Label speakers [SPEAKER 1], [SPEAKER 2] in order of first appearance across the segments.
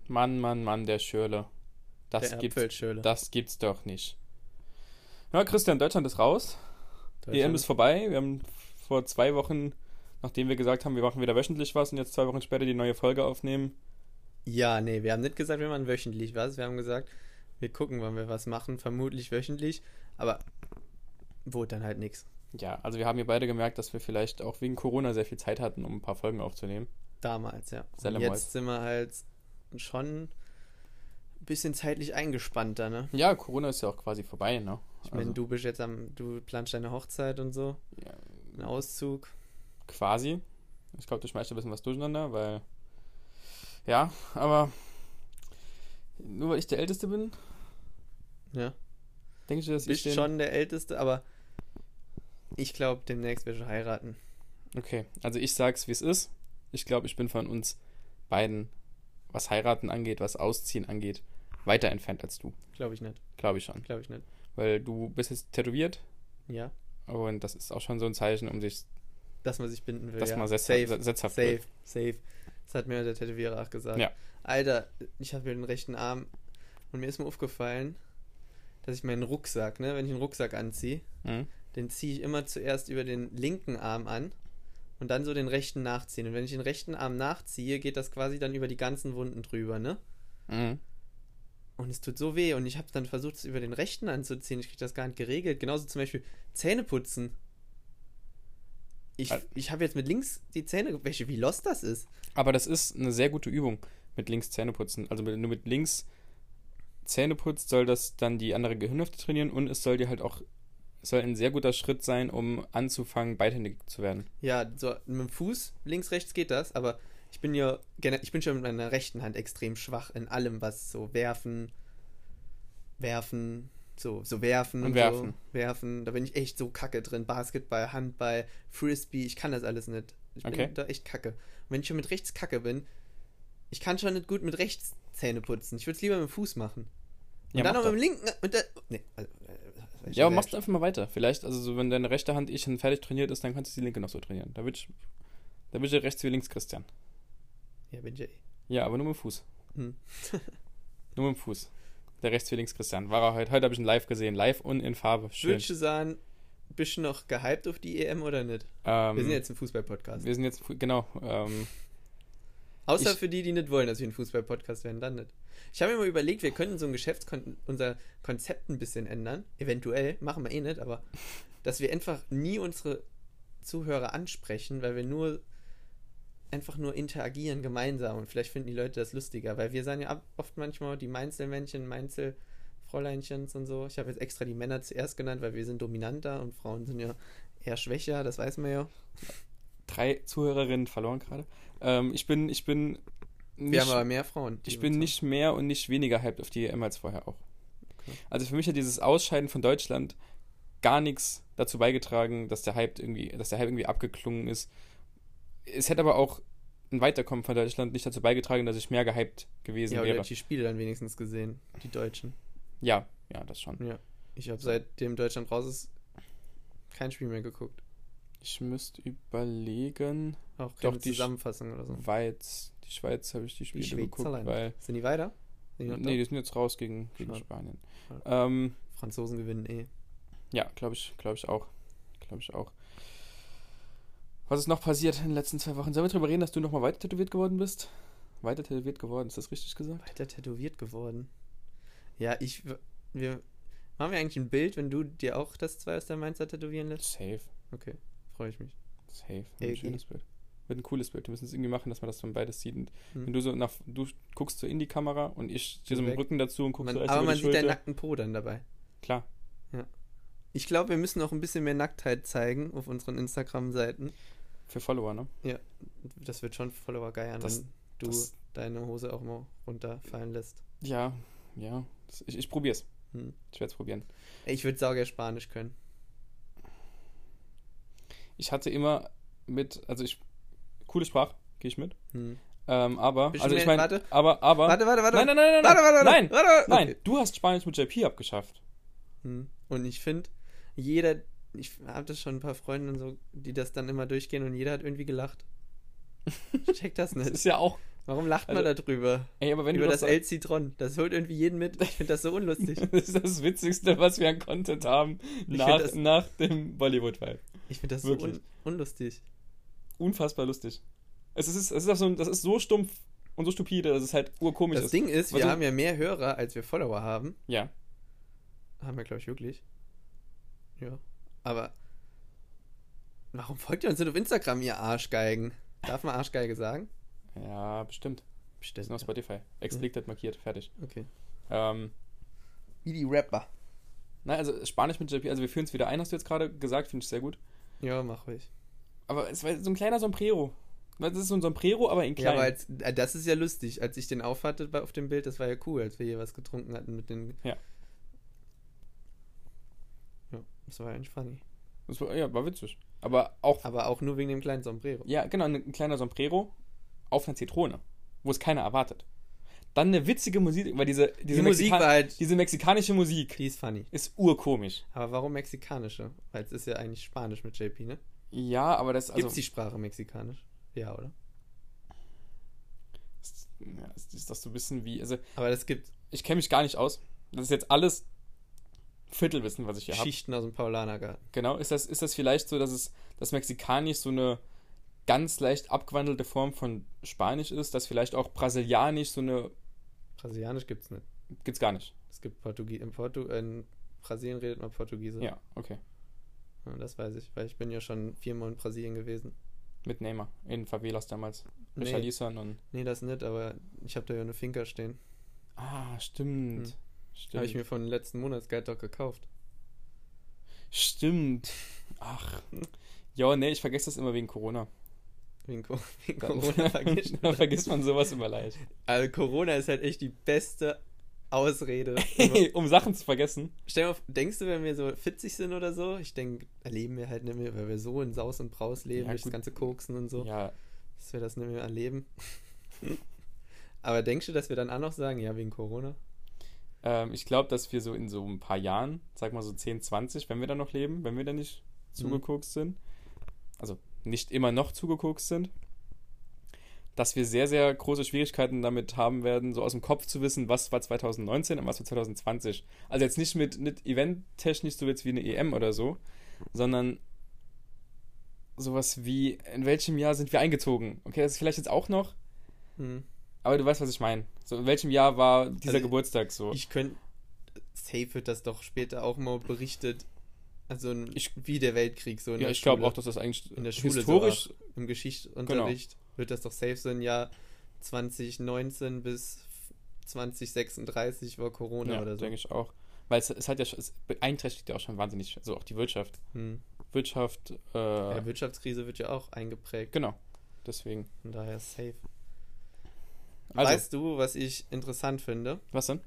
[SPEAKER 1] Mann, Mann, Mann, der Schürle.
[SPEAKER 2] Der Apfelschürle.
[SPEAKER 1] Das gibt's doch nicht. Ja, Christian, Deutschland ist raus.
[SPEAKER 2] Deutschland.
[SPEAKER 1] EM ist vorbei. Wir haben vor 2 Wochen, nachdem wir gesagt haben, wir machen wieder wöchentlich was und jetzt 2 Wochen später die neue Folge aufnehmen.
[SPEAKER 2] Ja, nee, wir haben nicht gesagt, wir machen wöchentlich was. Wir haben gesagt, wir gucken, wann wir was machen. Vermutlich wöchentlich. Aber wurde dann halt nichts.
[SPEAKER 1] Ja, also wir haben hier beide gemerkt, dass wir vielleicht auch wegen Corona sehr viel Zeit hatten, um ein paar Folgen aufzunehmen.
[SPEAKER 2] Damals, ja. Und
[SPEAKER 1] Sellemals.
[SPEAKER 2] jetzt sind wir halt schon ein bisschen zeitlich eingespannter, ne?
[SPEAKER 1] Ja, Corona ist ja auch quasi vorbei, ne?
[SPEAKER 2] Ich meine, du bist jetzt du planst deine Hochzeit und so.
[SPEAKER 1] Ja,
[SPEAKER 2] Einen Auszug.
[SPEAKER 1] quasi. Ich glaube, du schmeißt ein bisschen was durcheinander, weil... Ja, aber... Nur weil ich der Älteste bin,
[SPEAKER 2] Ja.
[SPEAKER 1] denke ich, dass
[SPEAKER 2] Bist
[SPEAKER 1] ich
[SPEAKER 2] schon der Älteste, aber ich glaube, demnächst wirst du heiraten.
[SPEAKER 1] Okay, also ich sag's, wie es ist. Ich glaube, ich bin von uns beiden, was Heiraten angeht, was Ausziehen angeht, weiter entfernt als du.
[SPEAKER 2] Glaube ich nicht.
[SPEAKER 1] Glaube ich schon.
[SPEAKER 2] Glaube ich nicht.
[SPEAKER 1] Weil du bist jetzt tätowiert
[SPEAKER 2] Ja.
[SPEAKER 1] und das ist auch schon so ein Zeichen, um sich,
[SPEAKER 2] Dass man sich binden will.
[SPEAKER 1] dass
[SPEAKER 2] ja.
[SPEAKER 1] man
[SPEAKER 2] Safe.
[SPEAKER 1] setzhaft
[SPEAKER 2] Safe.
[SPEAKER 1] wird.
[SPEAKER 2] Safe. Das hat mir der Tätowierer auch gesagt.
[SPEAKER 1] Ja.
[SPEAKER 2] Alter, ich habe hier den rechten Arm und mir ist mal aufgefallen, dass ich meinen Rucksack, ne, wenn ich einen Rucksack anziehe,
[SPEAKER 1] Mhm.
[SPEAKER 2] den ziehe ich immer zuerst über den linken Arm an und dann so den rechten nachziehen. Und wenn ich den rechten Arm nachziehe, geht das quasi dann über die ganzen Wunden drüber, ne?
[SPEAKER 1] Mhm.
[SPEAKER 2] Und es tut so weh und ich habe dann versucht, es über den rechten anzuziehen. Ich kriege das gar nicht geregelt. Genauso zum Beispiel Zähne putzen. Ich habe jetzt mit links die Zähne... Wie lost das ist.
[SPEAKER 1] Aber das ist eine sehr gute Übung mit links Zähne putzen. Also wenn du mit links Zähne putzt, soll das dann die andere Gehirnhälfte trainieren und es soll dir halt auch, es soll ein sehr guter Schritt sein, um anzufangen, beidhändig zu werden.
[SPEAKER 2] Ja, so mit dem Fuß, links, rechts geht das, aber ich bin schon mit meiner rechten Hand extrem schwach in allem, was so werfen, so werfen
[SPEAKER 1] Und
[SPEAKER 2] so, werfen. Da bin ich echt so kacke drin. Basketball, Handball, Frisbee, ich kann das alles nicht. Ich bin
[SPEAKER 1] Okay.
[SPEAKER 2] da echt kacke. Und wenn ich schon mit rechts kacke bin, ich kann schon nicht gut mit rechts Zähne putzen. Ich würde es lieber mit dem Fuß machen. Und
[SPEAKER 1] Ja,
[SPEAKER 2] dann
[SPEAKER 1] mach
[SPEAKER 2] noch
[SPEAKER 1] doch.
[SPEAKER 2] mit dem linken.
[SPEAKER 1] Ja, aber machst du einfach mal weiter. Vielleicht, also so, wenn deine rechte Hand schon fertig trainiert ist, dann kannst du die linke noch so trainieren. Da wird ja rechts wie links Christian.
[SPEAKER 2] Ja, bin ich ja eh.
[SPEAKER 1] Ja, aber nur mit dem Fuß.
[SPEAKER 2] Hm.
[SPEAKER 1] Nur mit dem Fuß. Der rechts wie links Christian. War er heute. Heute habe ich ihn live gesehen. Live und in Farbe. Schön.
[SPEAKER 2] Würdest du sagen, bist du noch gehypt auf die EM oder nicht? Wir sind jetzt ein Fußball-Podcast.
[SPEAKER 1] Wir sind jetzt, genau.
[SPEAKER 2] Außer für die nicht wollen, dass wir ein Fußball-Podcast werden, dann nicht. Ich habe mir mal überlegt, wir könnten so ein unser Konzept ein bisschen ändern. Eventuell, machen wir eh nicht, aber dass wir einfach nie unsere Zuhörer ansprechen, weil wir einfach nur interagieren gemeinsam und vielleicht finden die Leute das lustiger, weil wir sagen ja oft manchmal die Mainzelmännchen, Mainzelfräuleinchens und so. Ich habe jetzt extra die Männer zuerst genannt, weil wir sind dominanter und Frauen sind ja eher schwächer, das weiß man ja.
[SPEAKER 1] 3 Zuhörerinnen verloren gerade. Ich bin
[SPEAKER 2] Wir
[SPEAKER 1] nicht,
[SPEAKER 2] haben aber mehr Frauen.
[SPEAKER 1] ich bin nicht mehr und nicht weniger hyped auf die EM als vorher auch.
[SPEAKER 2] Okay.
[SPEAKER 1] Also für mich hat dieses Ausscheiden von Deutschland gar nichts dazu beigetragen, dass der Hype irgendwie abgeklungen ist. Es hätte aber auch ein Weiterkommen von Deutschland nicht dazu beigetragen, dass ich mehr gehypt gewesen
[SPEAKER 2] Ja,
[SPEAKER 1] wäre.
[SPEAKER 2] oder die Spiele dann wenigstens gesehen, die Deutschen.
[SPEAKER 1] Ja, das schon.
[SPEAKER 2] Ja. Ich habe seitdem Deutschland raus ist kein Spiel mehr geguckt.
[SPEAKER 1] Ich müsste überlegen,
[SPEAKER 2] Auch keine
[SPEAKER 1] Doch, die
[SPEAKER 2] Zusammenfassung oder so.
[SPEAKER 1] Die Schweiz habe ich die Spiele geguckt,
[SPEAKER 2] Schweizerland.
[SPEAKER 1] weil...
[SPEAKER 2] Sind die weiter? Sind die noch
[SPEAKER 1] Nee, die sind jetzt raus gegen
[SPEAKER 2] Schade.
[SPEAKER 1] Spanien.
[SPEAKER 2] da? Franzosen gewinnen eh.
[SPEAKER 1] Ja, glaube ich auch. Was ist noch passiert in den letzten 2 Wochen? Sollen wir darüber reden, dass du nochmal weiter tätowiert geworden bist? Weiter tätowiert geworden, ist das richtig gesagt?
[SPEAKER 2] Weiter tätowiert geworden. Ja, wir machen wir eigentlich ein Bild, wenn du dir auch das 2 aus der Mainzer tätowieren lässt?
[SPEAKER 1] Safe.
[SPEAKER 2] Okay, freue ich mich.
[SPEAKER 1] Safe.
[SPEAKER 2] Ey,
[SPEAKER 1] Ein schönes Bild. Wird ein cooles Bild. Wir müssen es irgendwie machen, dass man das dann beides sieht. Und
[SPEAKER 2] Hm.
[SPEAKER 1] wenn du guckst so in die Kamera und ich stehe so mit dem
[SPEAKER 2] Weg.
[SPEAKER 1] Rücken dazu und guckst so erst
[SPEAKER 2] Aber
[SPEAKER 1] über
[SPEAKER 2] man
[SPEAKER 1] die
[SPEAKER 2] sieht deinen
[SPEAKER 1] Schulter.
[SPEAKER 2] nackten Po dann dabei.
[SPEAKER 1] Klar.
[SPEAKER 2] Ich glaube, wir müssen auch ein bisschen mehr Nacktheit zeigen auf unseren Instagram-Seiten.
[SPEAKER 1] Für Follower, ne?
[SPEAKER 2] Das wird schon Follower geiern,
[SPEAKER 1] Das-
[SPEAKER 2] wenn du
[SPEAKER 1] das-
[SPEAKER 2] deine Hose auch mal runterfallen lässt.
[SPEAKER 1] Ja. Ich probier's.
[SPEAKER 2] Hm.
[SPEAKER 1] Ich werde es probieren.
[SPEAKER 2] Ey, ich würde sauger Spanisch können.
[SPEAKER 1] Ich hatte immer coole Sprache, gehe ich mit.
[SPEAKER 2] Hm.
[SPEAKER 1] Aber,
[SPEAKER 2] Bist du
[SPEAKER 1] also
[SPEAKER 2] mir-
[SPEAKER 1] ich meine,
[SPEAKER 2] warte.
[SPEAKER 1] aber,
[SPEAKER 2] Warte.
[SPEAKER 1] nein,
[SPEAKER 2] Warte.
[SPEAKER 1] nein,
[SPEAKER 2] Okay.
[SPEAKER 1] du hast Spanisch mit JP abgeschafft.
[SPEAKER 2] Und ich finde, ich habe das schon ein paar Freunde und so, die das dann immer durchgehen und jeder hat irgendwie gelacht. Ich check das
[SPEAKER 1] Das
[SPEAKER 2] nicht.
[SPEAKER 1] ist ja auch
[SPEAKER 2] Warum lacht man da drüber?
[SPEAKER 1] Ey, aber wenn
[SPEAKER 2] Über
[SPEAKER 1] du
[SPEAKER 2] das El Citron. Das holt irgendwie jeden mit. Ich finde das so unlustig.
[SPEAKER 1] Das ist das Witzigste, was wir an Content haben nach dem Bollywood-Vibe.
[SPEAKER 2] Ich finde das wirklich so unlustig.
[SPEAKER 1] Unfassbar lustig. Es ist auch so, das ist so stumpf und so stupide, dass es halt urkomisch ist.
[SPEAKER 2] Das Ding ist, wir haben ja mehr Hörer, als wir Follower haben.
[SPEAKER 1] Ja.
[SPEAKER 2] Haben wir, glaube ich, wirklich. Ja. Aber warum folgt ihr uns denn auf Instagram, ihr Arschgeigen? Darf man Arschgeige sagen?
[SPEAKER 1] Ja, bestimmt.
[SPEAKER 2] Bestimmt.
[SPEAKER 1] Ist noch Spotify. Explicit markiert, fertig.
[SPEAKER 2] Okay.
[SPEAKER 1] Wie die Rapper. Nein, also Spanisch mit JP, also wir führen es wieder ein, hast du jetzt gerade gesagt, finde ich sehr gut.
[SPEAKER 2] Ja, mach ruhig.
[SPEAKER 1] Aber es war so ein kleiner Sombrero. Das ist so ein Sombrero, aber in klein.
[SPEAKER 2] Ja, aber das ist ja lustig. Als ich den aufhatte auf dem Bild, das war ja cool, als wir hier was getrunken hatten mit den...
[SPEAKER 1] Ja.
[SPEAKER 2] Ja, das war eigentlich funny.
[SPEAKER 1] Das war witzig. Aber auch
[SPEAKER 2] nur wegen dem kleinen Sombrero.
[SPEAKER 1] Ja, genau, ein kleiner Sombrero auf einer Zitrone, wo es keiner erwartet. Dann eine witzige Musik, weil diese
[SPEAKER 2] Musik war halt...
[SPEAKER 1] Diese mexikanische Musik...
[SPEAKER 2] Die ist funny.
[SPEAKER 1] Ist urkomisch.
[SPEAKER 2] Aber warum mexikanische? Weil es ist ja eigentlich Spanisch mit JP, ne?
[SPEAKER 1] Ja, aber das...
[SPEAKER 2] Gibt's die Sprache mexikanisch? Ja, oder?
[SPEAKER 1] Das ist das so ein bisschen wie... Also,
[SPEAKER 2] aber das gibt...
[SPEAKER 1] Ich kenne mich gar nicht aus. Das ist jetzt alles Viertelwissen, was ich hier habe.
[SPEAKER 2] Geschichten aus dem Paulanergarten.
[SPEAKER 1] Genau. Ist das vielleicht so, dass das Mexikanisch so eine ganz leicht abgewandelte Form von Spanisch ist, dass vielleicht auch Brasilianisch so eine...
[SPEAKER 2] Brasilianisch gibt's nicht.
[SPEAKER 1] Gibt's gar nicht.
[SPEAKER 2] Es gibt Portugiesisch. In Brasilien redet man Portugiesisch.
[SPEAKER 1] Ja, okay.
[SPEAKER 2] Ja, das weiß ich, weil ich bin ja schon 4-mal in Brasilien gewesen.
[SPEAKER 1] Mit Neymar, in Favelas damals.
[SPEAKER 2] Nee, das nicht, aber ich habe da ja eine Finca stehen.
[SPEAKER 1] Ah, stimmt.
[SPEAKER 2] Habe ich mir von den letzten Monatsgeld doch gekauft.
[SPEAKER 1] Stimmt. Ach. Ja, nee, ich vergesse das immer wegen Corona.
[SPEAKER 2] Wegen Corona
[SPEAKER 1] vergisst man sowas immer leicht.
[SPEAKER 2] Also Corona ist halt echt die beste Ausrede.
[SPEAKER 1] Um Sachen zu vergessen.
[SPEAKER 2] Stell dir mal, denkst du, wenn wir so 40 sind oder so, ich denke, erleben wir halt nicht mehr, weil wir so in Saus und Braus leben, durch das ganze Koksen und so, dass wir das nicht mehr erleben. Aber denkst du, dass wir dann auch noch sagen, ja, wegen Corona?
[SPEAKER 1] Ich glaube, dass wir so in so ein paar Jahren, sag mal so 10, 20, wenn wir dann noch leben, wenn wir dann nicht zugekokst sind, also nicht immer noch zugekokst sind, dass wir sehr, sehr große Schwierigkeiten damit haben werden, so aus dem Kopf zu wissen, was war 2019 und was war 2020. Also jetzt nicht nicht eventtechnisch so jetzt wie eine EM oder so, sondern sowas wie, in welchem Jahr sind wir eingezogen? Okay, das ist vielleicht jetzt auch noch, aber du weißt, was ich meine. So, in welchem Jahr war dieser Geburtstag so?
[SPEAKER 2] Safe wird das doch später auch mal berichtet, also wie der Weltkrieg so in der
[SPEAKER 1] ich glaube auch, dass das eigentlich
[SPEAKER 2] in der Schule
[SPEAKER 1] historisch
[SPEAKER 2] so im Geschichtsunterricht wird das doch safe so ein Jahr 2019 bis 2036 war Corona oder so.
[SPEAKER 1] Denke ich auch. Weil es hat ja es beeinträchtigt ja auch schon wahnsinnig, also auch die Wirtschaft.
[SPEAKER 2] Wirtschaftskrise wird ja auch eingeprägt.
[SPEAKER 1] Genau, deswegen.
[SPEAKER 2] Von daher safe.
[SPEAKER 1] Also,
[SPEAKER 2] weißt du, was ich interessant finde?
[SPEAKER 1] Was denn?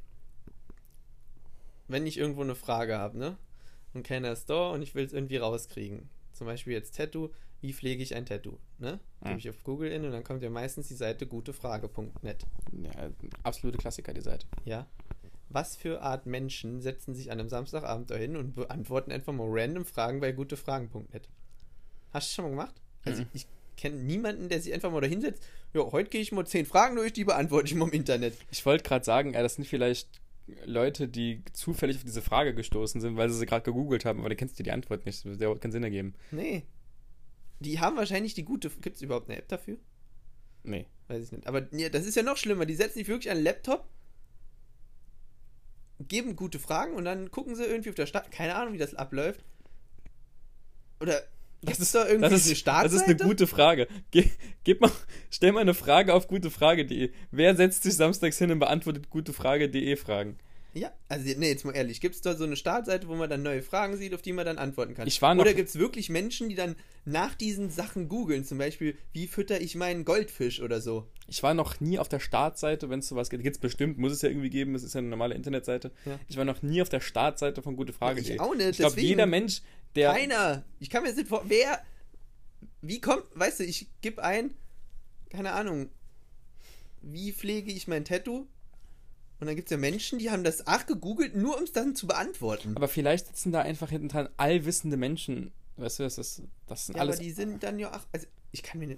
[SPEAKER 2] Wenn ich irgendwo eine Frage habe, ne? Und keiner ist da und ich will es irgendwie rauskriegen. Zum Beispiel jetzt Tattoo. Wie pflege ich ein Tattoo? Ne? Gebe ich auf Google in und dann kommt ja meistens die Seite gutefrage.net.
[SPEAKER 1] Ja, absolute Klassiker, die Seite.
[SPEAKER 2] Ja. Was für Art Menschen setzen sich an einem Samstagabend dahin und beantworten einfach mal random Fragen bei gutefragen.net? Hast du das schon mal gemacht? Also ich kenne niemanden, der sich einfach mal da hinsetzt. Ja, heute gehe ich mal 10 Fragen durch, die beantworte ich mal im Internet.
[SPEAKER 1] Ich wollte gerade sagen, das sind vielleicht Leute, die zufällig auf diese Frage gestoßen sind, weil sie gerade gegoogelt haben, aber du kennst dir die Antwort nicht. Das wird überhaupt keinen Sinn ergeben.
[SPEAKER 2] Nee. Die haben wahrscheinlich die gute... Gibt es überhaupt eine App dafür?
[SPEAKER 1] Nee.
[SPEAKER 2] Weiß ich nicht. Aber ja, das ist ja noch schlimmer. Die setzen sich wirklich an den Laptop, geben gute Fragen und dann gucken sie irgendwie auf der Stadt. Keine Ahnung, wie das abläuft. Oder gibt es da irgendwie eine Startseite?
[SPEAKER 1] Das ist eine gute Frage. Stell mal eine Frage auf gutefrage.de. Wer setzt sich samstags hin und beantwortet gutefrage.de Fragen?
[SPEAKER 2] Ja, also nee, jetzt mal ehrlich, gibt es da so eine Startseite, wo man dann neue Fragen sieht, auf die man dann antworten kann? Oder gibt es wirklich Menschen, die dann nach diesen Sachen googeln, zum Beispiel, wie fütter ich meinen Goldfisch oder so?
[SPEAKER 1] Ich war noch nie auf der Startseite, wenn es sowas gibt. Gibt es bestimmt, muss es ja irgendwie geben, das ist ja eine normale Internetseite. Ja. Ich war noch nie auf der Startseite von gutefrage.de.
[SPEAKER 2] Ich auch nicht,
[SPEAKER 1] ich glaube, jeder Mensch, der...
[SPEAKER 2] Keiner! Ich kann mir jetzt nicht wie kommt, weißt du, ich gebe ein, keine Ahnung, wie pflege ich mein Tattoo? Und dann gibt es ja Menschen, die haben das gegoogelt, nur um es dann zu beantworten.
[SPEAKER 1] Aber vielleicht sitzen da einfach hinten dran allwissende Menschen. Weißt du, das sind alles...
[SPEAKER 2] aber die sind dann ja... also ich kann mir nicht...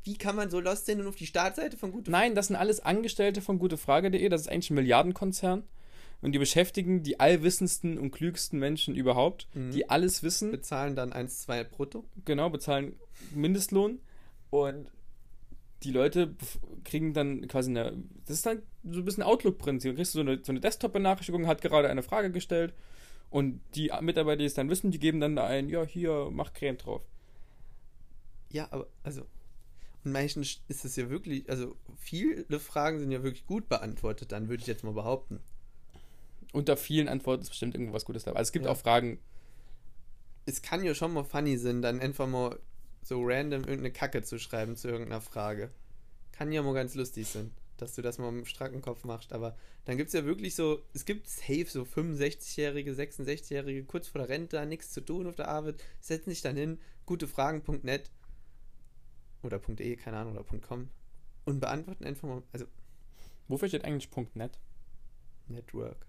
[SPEAKER 2] Wie kann man so lost sein und auf die Startseite von Gute
[SPEAKER 1] Nein, das sind alles Angestellte von gutefrage.de. Das ist eigentlich ein Milliardenkonzern. Und die beschäftigen die allwissendsten und klügsten Menschen überhaupt, die alles wissen.
[SPEAKER 2] bezahlen dann 1,2 brutto?
[SPEAKER 1] Genau, bezahlen Mindestlohn. Und die Leute kriegen dann quasi das ist dann so ein bisschen Outlook-Prinzip. Du kriegst so eine Desktop-Benachrichtigung, hat gerade eine Frage gestellt. Und die Mitarbeiter, die es dann wissen, die geben dann da ein, ja, hier, mach Creme drauf.
[SPEAKER 2] Ja, aber, also, in manchen ist es ja wirklich, also, viele Fragen sind ja wirklich gut beantwortet, dann würde ich jetzt mal behaupten.
[SPEAKER 1] Unter vielen Antworten ist bestimmt irgendwas Gutes dabei. Also es gibt
[SPEAKER 2] Ja.
[SPEAKER 1] auch Fragen.
[SPEAKER 2] Es kann ja schon mal funny sein, dann einfach mal so random irgendeine Kacke zu schreiben zu irgendeiner Frage. Kann ja mal ganz lustig sein, dass du das mal mit einem stracken Kopf machst, aber dann gibt es ja wirklich so, es gibt safe so 65-Jährige, 66-Jährige, kurz vor der Rente, nichts zu tun auf der Arbeit, setzen sich dann hin, gutefragen.net oder .de, keine Ahnung, oder .com und beantworten einfach mal, also
[SPEAKER 1] Wofür steht eigentlich .net?
[SPEAKER 2] Network.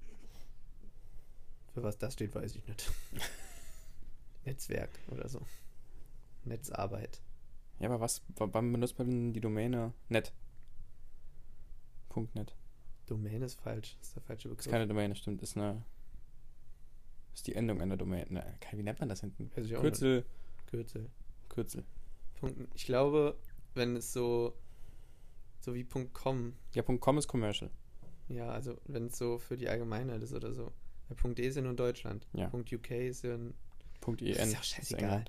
[SPEAKER 2] Für was das steht, weiß ich nicht. Netzwerk oder so. Netzarbeit.
[SPEAKER 1] Ja, aber wann benutzt man denn die Domäne net? .net.
[SPEAKER 2] Domain ist falsch. Das ist der falsche Begriff.
[SPEAKER 1] Ist keine Domäne, stimmt. Ist die Endung einer Domäne. Wie nennt man das hinten?
[SPEAKER 2] Weiß ich auch
[SPEAKER 1] Kürzel.
[SPEAKER 2] Kürzel.
[SPEAKER 1] Kürzel.
[SPEAKER 2] Ich glaube, wenn es so wie .com,
[SPEAKER 1] Ja, .com ist Commercial.
[SPEAKER 2] ja, also wenn es so für die Allgemeinheit ist oder so. Ja, .de ist ja nur in Deutschland.
[SPEAKER 1] Ja.
[SPEAKER 2] .uk ist ja in...
[SPEAKER 1] .en.
[SPEAKER 2] Das ist ja auch scheißegal.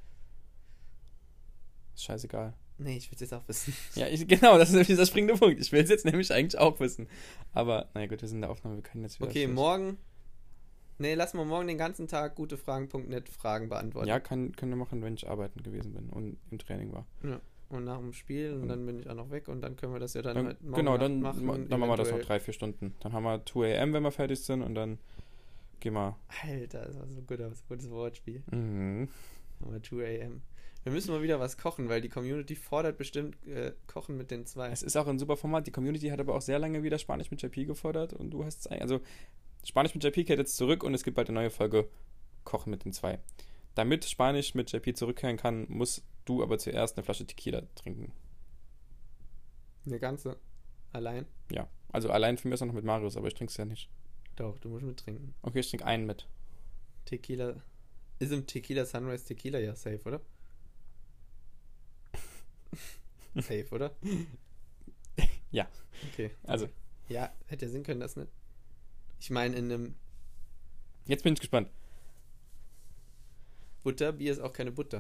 [SPEAKER 1] Ist scheißegal.
[SPEAKER 2] Nee, ich will es jetzt auch wissen.
[SPEAKER 1] Ja, genau, das ist nämlich der springende Punkt. Ich will es jetzt nämlich eigentlich auch wissen. Aber, naja gut, wir sind in der Aufnahme, wir können jetzt wieder...
[SPEAKER 2] Okay, morgen... Nee, lass mal morgen den ganzen Tag gutefragen.net Fragen beantworten.
[SPEAKER 1] Ja, können wir machen, wenn ich arbeiten gewesen bin und im Training war.
[SPEAKER 2] Ja. Und nach dem Spiel und dann bin ich auch noch weg und dann können wir das ja dann halt morgen
[SPEAKER 1] Genau, dann
[SPEAKER 2] Nacht
[SPEAKER 1] machen wir das noch 3-4 Stunden. Dann haben wir 2 AM, wenn wir fertig sind und dann gehen wir...
[SPEAKER 2] Alter, das war so gut, das gutes Wortspiel.
[SPEAKER 1] Mhm.
[SPEAKER 2] Haben wir 2 AM. Wir müssen mal wieder was kochen, weil die Community fordert bestimmt Kochen mit den 2.
[SPEAKER 1] Es ist auch ein super Format. Die Community hat aber auch sehr lange wieder Spanisch mit JP gefordert und du hast es... Also, Spanisch mit JP kehrt jetzt zurück und es gibt bald eine neue Folge Kochen mit den 2. Damit Spanisch mit JP zurückkehren kann, musst du aber zuerst eine Flasche Tequila trinken.
[SPEAKER 2] Eine ganze? Allein?
[SPEAKER 1] Ja, also allein für mich ist auch noch mit Marius, aber ich trinke es ja nicht.
[SPEAKER 2] Doch, du musst mit trinken.
[SPEAKER 1] Okay, ich trinke einen mit.
[SPEAKER 2] Tequila. Ist im Tequila Sunrise Tequila ja safe, oder? Safe, oder?
[SPEAKER 1] Ja.
[SPEAKER 2] Okay.
[SPEAKER 1] Also.
[SPEAKER 2] Ja, hätte ja Sinn können, das nicht. Ich meine, in einem
[SPEAKER 1] Jetzt bin ich gespannt.
[SPEAKER 2] Butterbier ist auch keine Butter.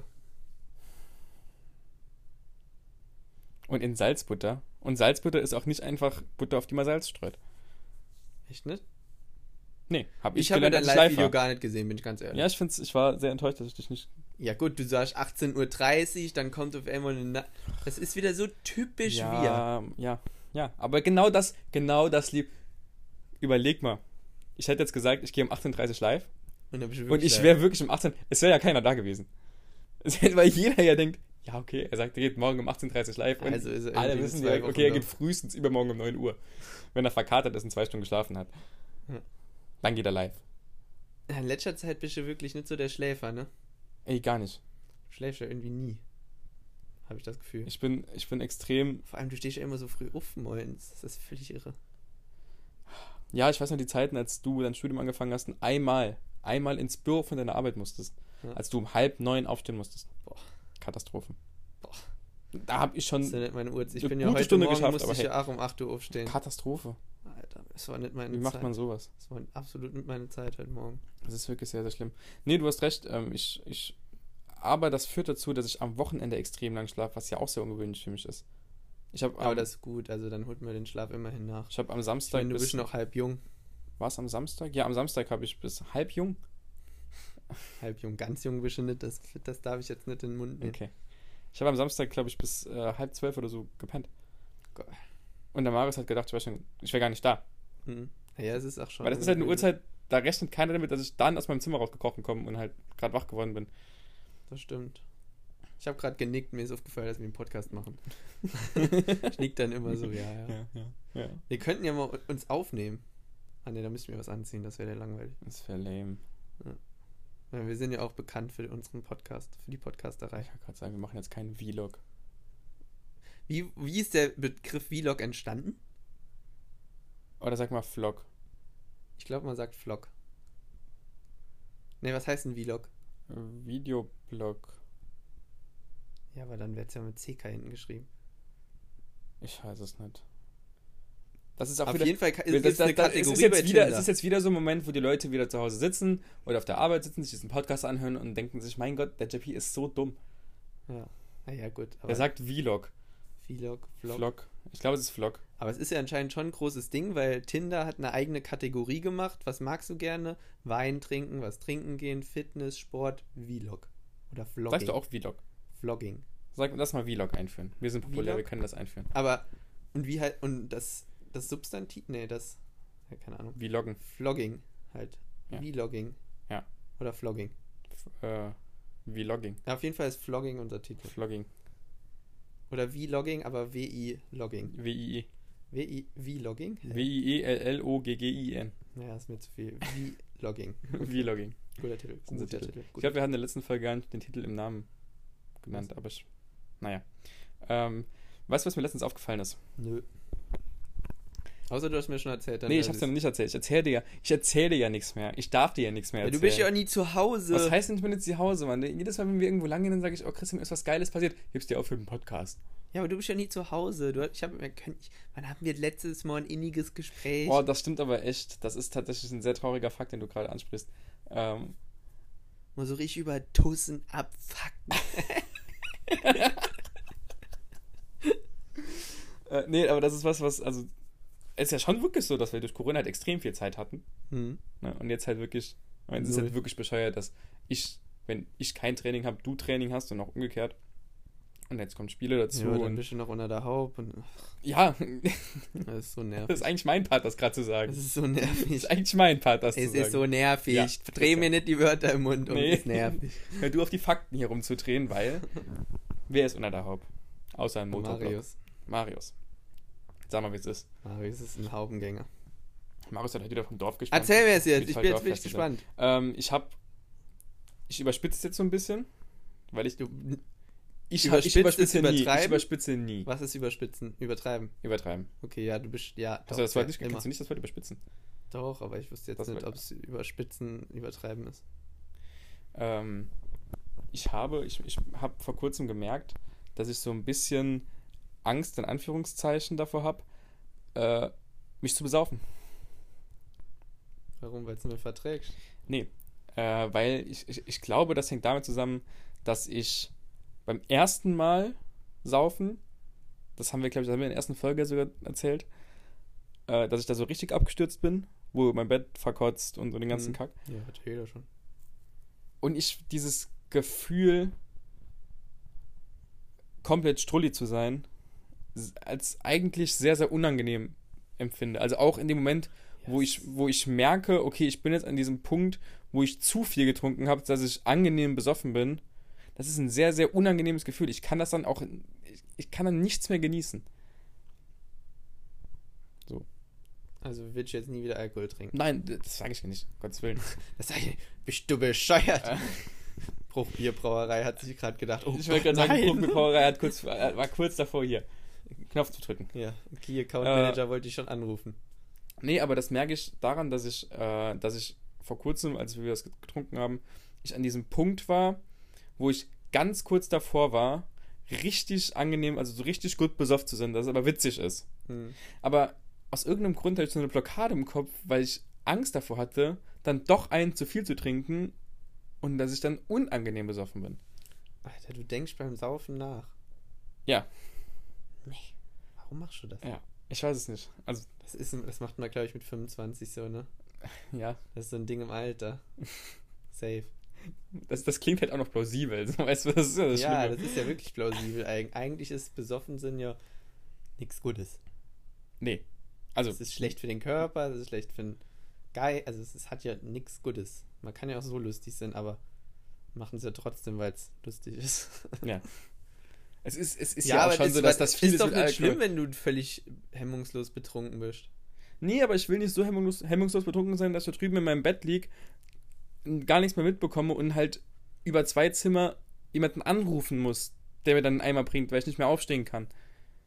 [SPEAKER 1] Und in Salzbutter. Und Salzbutter ist auch nicht einfach Butter, auf die man Salz streut.
[SPEAKER 2] Echt nicht?
[SPEAKER 1] Nee, habe
[SPEAKER 2] Ich habe
[SPEAKER 1] gelernt,
[SPEAKER 2] dein
[SPEAKER 1] als ich live
[SPEAKER 2] Live-Video
[SPEAKER 1] war.
[SPEAKER 2] gar nicht gesehen, bin ich ganz ehrlich.
[SPEAKER 1] Ja, ich war sehr enttäuscht, dass ich dich nicht...
[SPEAKER 2] Ja gut, du sagst 18:30 Uhr, dann kommt auf einmal eine... Das ist wieder so typisch wir.
[SPEAKER 1] Ja. Aber genau das lieb... Überleg mal. Ich hätte jetzt gesagt, ich gehe um 18:30 Uhr live. Und ich wäre wirklich um 18... Es wäre ja keiner da gewesen. Weil jeder ja denkt, ja okay, er sagt, er geht morgen um 18:30 Uhr live. Und
[SPEAKER 2] also ist er
[SPEAKER 1] alle
[SPEAKER 2] irgendwie
[SPEAKER 1] wissen
[SPEAKER 2] 2
[SPEAKER 1] ja,
[SPEAKER 2] Wochen
[SPEAKER 1] okay, er
[SPEAKER 2] da.
[SPEAKER 1] geht frühestens übermorgen um 9 Uhr. Wenn er verkatert ist und 2 Stunden geschlafen hat.
[SPEAKER 2] Ja.
[SPEAKER 1] Dann geht er live.
[SPEAKER 2] Ja, in letzter Zeit bist du wirklich nicht so der Schläfer, ne?
[SPEAKER 1] Ey, gar nicht.
[SPEAKER 2] Du schläfst ja irgendwie nie. Habe ich das Gefühl.
[SPEAKER 1] Ich bin extrem...
[SPEAKER 2] Vor allem, du stehst ja immer so früh auf morgens. Das ist völlig irre.
[SPEAKER 1] Ja, ich weiß noch die Zeiten, als du dein Studium angefangen hast und einmal ins Büro von deiner Arbeit musstest.
[SPEAKER 2] Ja.
[SPEAKER 1] Als du um 8:30 aufstehen musstest.
[SPEAKER 2] Boah.
[SPEAKER 1] Katastrophe.
[SPEAKER 2] Boah.
[SPEAKER 1] Da habe ich schon
[SPEAKER 2] Das ist ja nicht meine Uhrzeit. Ich
[SPEAKER 1] eine
[SPEAKER 2] bin ja
[SPEAKER 1] gute
[SPEAKER 2] heute
[SPEAKER 1] Stunde
[SPEAKER 2] Morgen,
[SPEAKER 1] geschafft,
[SPEAKER 2] musste
[SPEAKER 1] aber
[SPEAKER 2] ich
[SPEAKER 1] hey.
[SPEAKER 2] ja auch um 8 Uhr aufstehen.
[SPEAKER 1] Katastrophe.
[SPEAKER 2] Alter, das war nicht meine
[SPEAKER 1] Wie
[SPEAKER 2] Zeit.
[SPEAKER 1] macht man sowas?
[SPEAKER 2] Das war absolut nicht meine Zeit heute Morgen.
[SPEAKER 1] Das ist wirklich sehr, sehr schlimm. Nee, du hast recht. Aber das führt dazu, dass ich am Wochenende extrem lang schlafe, was ja auch sehr ungewöhnlich für mich ist.
[SPEAKER 2] Aber das ist gut, also dann holt man den Schlaf immerhin nach.
[SPEAKER 1] Ich habe am
[SPEAKER 2] Ich
[SPEAKER 1] Samstag
[SPEAKER 2] meine, du bist noch halb jung.
[SPEAKER 1] War es am Samstag? Ja, am Samstag habe ich bis halb jung.
[SPEAKER 2] Halb jung, ganz jung bist du nicht, das darf ich jetzt nicht in den Mund nehmen.
[SPEAKER 1] Okay. Ich habe am Samstag, glaube ich, bis 11:30 oder so gepennt.
[SPEAKER 2] Geil.
[SPEAKER 1] Und der Marius hat gedacht, ich wäre gar nicht da.
[SPEAKER 2] Mhm. Ja, es ist auch schon.
[SPEAKER 1] Weil das ist halt eine Uhrzeit, da rechnet keiner damit, dass ich dann aus meinem Zimmer rausgekrochen komme und halt gerade wach geworden bin.
[SPEAKER 2] Das stimmt. Ich habe gerade genickt, mir ist aufgefallen, dass wir einen Podcast machen. Ich nick dann immer so, ja.
[SPEAKER 1] Ja.
[SPEAKER 2] Wir könnten ja mal uns aufnehmen. Ah ne, da müssten wir was anziehen, das wäre ja langweilig.
[SPEAKER 1] Das wäre lame.
[SPEAKER 2] Ja, wir sind ja auch bekannt für unseren Podcast, für die Podcasterei.
[SPEAKER 1] Ich kann gerade sagen, wir machen jetzt keinen Vlog.
[SPEAKER 2] Wie ist der Begriff Vlog entstanden?
[SPEAKER 1] Oder sag mal Vlog.
[SPEAKER 2] Ich glaube, man sagt Vlog. Ne, was heißt ein Vlog?
[SPEAKER 1] Videoblog.
[SPEAKER 2] Ja, aber dann wird es ja mit CK hinten geschrieben.
[SPEAKER 1] Ich weiß es nicht. Das ist auch
[SPEAKER 2] Auf
[SPEAKER 1] wieder,
[SPEAKER 2] jeden Fall
[SPEAKER 1] das,
[SPEAKER 2] eine
[SPEAKER 1] das,
[SPEAKER 2] Kategorie
[SPEAKER 1] es ist jetzt
[SPEAKER 2] bei
[SPEAKER 1] wieder,
[SPEAKER 2] Tinder.
[SPEAKER 1] es ist jetzt wieder so ein Moment, wo die Leute wieder zu Hause sitzen oder auf der Arbeit sitzen, sich diesen Podcast anhören und denken sich, mein Gott, der JP ist so dumm.
[SPEAKER 2] Ja, naja, gut. Aber
[SPEAKER 1] Er sagt Vlog.
[SPEAKER 2] Vlog, Vlog.
[SPEAKER 1] Vlog. Ich glaube, es ist Vlog.
[SPEAKER 2] Aber es ist ja anscheinend schon ein großes Ding, weil Tinder hat eine eigene Kategorie gemacht. Was magst du gerne? Wein trinken, was trinken gehen, Fitness, Sport, Vlog. Oder Vlogging.
[SPEAKER 1] Sagst du auch Vlog?
[SPEAKER 2] Vlogging.
[SPEAKER 1] Lass mal Vlog einführen. Wir sind populär,
[SPEAKER 2] Vlog?
[SPEAKER 1] wir können das einführen.
[SPEAKER 2] Aber, und wie halt, und das Substantiv, nee, ja, keine Ahnung.
[SPEAKER 1] Vloggen.
[SPEAKER 2] Vlogging halt.
[SPEAKER 1] Ja.
[SPEAKER 2] Vlogging.
[SPEAKER 1] Ja.
[SPEAKER 2] Oder Vlogging.
[SPEAKER 1] Vlogging.
[SPEAKER 2] Ja, auf jeden Fall ist Vlogging unser Titel.
[SPEAKER 1] Vlogging.
[SPEAKER 2] Oder Vlogging, aber W-I-Logging.
[SPEAKER 1] W-I-E.
[SPEAKER 2] Vlogging?
[SPEAKER 1] W-I-E-L-L-O-G-G-I-N.
[SPEAKER 2] Naja, ist mir zu viel. Vlogging.
[SPEAKER 1] Vlogging.
[SPEAKER 2] Guter Titel.
[SPEAKER 1] Das ist unser
[SPEAKER 2] Guter
[SPEAKER 1] Titel.
[SPEAKER 2] Titel.
[SPEAKER 1] Ich glaube, wir hatten in der letzten Folge gar nicht den Titel im Namen genannt, aber naja. Weißt du, was mir letztens aufgefallen ist?
[SPEAKER 2] Nö. Außer du hast mir schon erzählt.
[SPEAKER 1] Nee, ich hab's dir noch nicht erzählt. Ich erzähle dir ja nichts mehr. Ich darf dir ja nichts mehr
[SPEAKER 2] Ja,
[SPEAKER 1] erzählen.
[SPEAKER 2] du bist ja auch nie zu Hause.
[SPEAKER 1] Was heißt denn, ich bin jetzt zu Hause, Mann? Jedes Mal, wenn wir irgendwo lang gehen, dann sage ich, oh Christian, mir ist was Geiles passiert. Heb's dir auf für den Podcast.
[SPEAKER 2] Ja, aber du bist ja nie zu Hause. Wann hatten wir letztes Mal ein inniges Gespräch?
[SPEAKER 1] Oh, das stimmt aber echt. Das ist tatsächlich ein sehr trauriger Fakt, den du gerade ansprichst.
[SPEAKER 2] Mal so richtig über Tussen abfucken.
[SPEAKER 1] Nee, aber das ist was, also, es ist ja schon wirklich so, dass wir durch Corona halt extrem viel Zeit hatten.
[SPEAKER 2] Hm.
[SPEAKER 1] Ne? Und jetzt halt wirklich, es ist halt wirklich bescheuert, dass wenn ich kein Training habe, du Training hast und auch umgekehrt. Und jetzt kommen Spiele dazu.
[SPEAKER 2] Ja, dann
[SPEAKER 1] und
[SPEAKER 2] bist du noch unter der Haube. Und
[SPEAKER 1] ja,
[SPEAKER 2] das ist so nervig.
[SPEAKER 1] das ist eigentlich mein Part, das gerade zu sagen.
[SPEAKER 2] Das ist so nervig.
[SPEAKER 1] Das ist eigentlich mein Part, das zu
[SPEAKER 2] Es
[SPEAKER 1] sagen.
[SPEAKER 2] ist so nervig.
[SPEAKER 1] Ja.
[SPEAKER 2] Dreh mir nicht die Wörter im Mund
[SPEAKER 1] Nee.
[SPEAKER 2] das ist nervig.
[SPEAKER 1] Hör du auf die Fakten hier rumzudrehen, weil wer ist unter der Haube? Außer ein Motorblock. Marius. Sag mal, wie es ist.
[SPEAKER 2] Marius ist ein Haubengänger.
[SPEAKER 1] Marius hat halt wieder vom Dorf gespannt.
[SPEAKER 2] Erzähl mir es jetzt. Ich
[SPEAKER 1] Halt
[SPEAKER 2] bin jetzt
[SPEAKER 1] Dorffest
[SPEAKER 2] wirklich
[SPEAKER 1] wieder.
[SPEAKER 2] gespannt.
[SPEAKER 1] Ich überspitze es jetzt so ein bisschen, weil ich
[SPEAKER 2] Überspitzt
[SPEAKER 1] überspitze
[SPEAKER 2] ist
[SPEAKER 1] nie. Ich
[SPEAKER 2] übertreiben?
[SPEAKER 1] überspitze nie.
[SPEAKER 2] Was ist überspitzen? Übertreiben.
[SPEAKER 1] Übertreiben.
[SPEAKER 2] Okay, ja, du bist. Ja,
[SPEAKER 1] Achso, das Wort
[SPEAKER 2] ja,
[SPEAKER 1] nicht,
[SPEAKER 2] immer.
[SPEAKER 1] kennst du nicht das Wort überspitzen?
[SPEAKER 2] Doch, aber ich wusste jetzt
[SPEAKER 1] Das
[SPEAKER 2] nicht,
[SPEAKER 1] war-
[SPEAKER 2] ob es überspitzen, übertreiben ist.
[SPEAKER 1] Ich habe vor kurzem gemerkt, dass ich so ein bisschen Angst, in Anführungszeichen, davor habe, mich zu besaufen.
[SPEAKER 2] Warum? Weil es mir verträgst.
[SPEAKER 1] Nee, weil ich glaube, das hängt damit zusammen, dass ich beim ersten Mal saufen, das haben wir, glaube ich, in der ersten Folge sogar erzählt, dass ich da so richtig abgestürzt bin, wo mein Bett verkotzt und so den ganzen Kack.
[SPEAKER 2] Ja, hat jeder schon.
[SPEAKER 1] Und ich dieses Gefühl, komplett strulli zu sein, als eigentlich sehr, sehr unangenehm empfinde. Also auch in dem Moment, wo ich merke, okay, ich bin jetzt an diesem Punkt, wo ich zu viel getrunken habe, dass ich angenehm besoffen bin. Das ist ein sehr, sehr unangenehmes Gefühl. Ich kann das dann auch, ich kann dann nichts mehr genießen. So.
[SPEAKER 2] Also willst du jetzt nie wieder Alkohol trinken?
[SPEAKER 1] Nein, das sage ich nicht, um Gottes Willen.
[SPEAKER 2] Das sag ich, bist du bescheuert? Bruchbierbrauerei hat sich gerade gedacht, oh
[SPEAKER 1] Ich wollte gerade sagen, die Brauerei war kurz davor, hier Knopf zu drücken.
[SPEAKER 2] Ja, Key Account Manager wollte ich schon anrufen.
[SPEAKER 1] Nee, aber das merke ich daran, dass ich vor kurzem, als wir das getrunken haben, ich an diesem Punkt war, wo ich ganz kurz davor war, richtig angenehm, also so richtig gut besoffen zu sein, dass es aber witzig ist.
[SPEAKER 2] Hm.
[SPEAKER 1] Aber aus irgendeinem Grund hatte ich so eine Blockade im Kopf, weil ich Angst davor hatte, dann doch einen zu viel zu trinken und dass ich dann unangenehm besoffen bin.
[SPEAKER 2] Alter, du denkst beim Saufen nach.
[SPEAKER 1] Ja.
[SPEAKER 2] Nee. Warum machst du das?
[SPEAKER 1] Ja, ich weiß es nicht. Also,
[SPEAKER 2] Das macht man, glaube ich, mit 25 so, ne?
[SPEAKER 1] ja,
[SPEAKER 2] Das ist so ein Ding im Alter. Safe.
[SPEAKER 1] das klingt halt auch noch plausibel. So, weißt du, das ist ja das
[SPEAKER 2] Ja,
[SPEAKER 1] Schlimme.
[SPEAKER 2] das ist ja wirklich plausibel. Eigentlich ist Besoffensinn ja nichts Gutes.
[SPEAKER 1] Nee. Also,
[SPEAKER 2] Es ist schlecht für den Körper, es ist schlecht für den Geist. Also es hat ja nichts Gutes. Man kann ja auch so lustig sein, aber machen es ja trotzdem, weil es lustig ist.
[SPEAKER 1] ja. Es ist ja auch schon so, dass das
[SPEAKER 2] ist
[SPEAKER 1] vieles
[SPEAKER 2] doch
[SPEAKER 1] mit
[SPEAKER 2] nicht
[SPEAKER 1] Alkohol...
[SPEAKER 2] schlimm, wenn du völlig hemmungslos betrunken bist.
[SPEAKER 1] Nee, aber ich will nicht so hemmungslos betrunken sein, dass ich da drüben in meinem Bett lieg, gar nichts mehr mitbekomme und halt über 2 Zimmer jemanden anrufen muss, der mir dann einen Eimer bringt, weil ich nicht mehr aufstehen kann.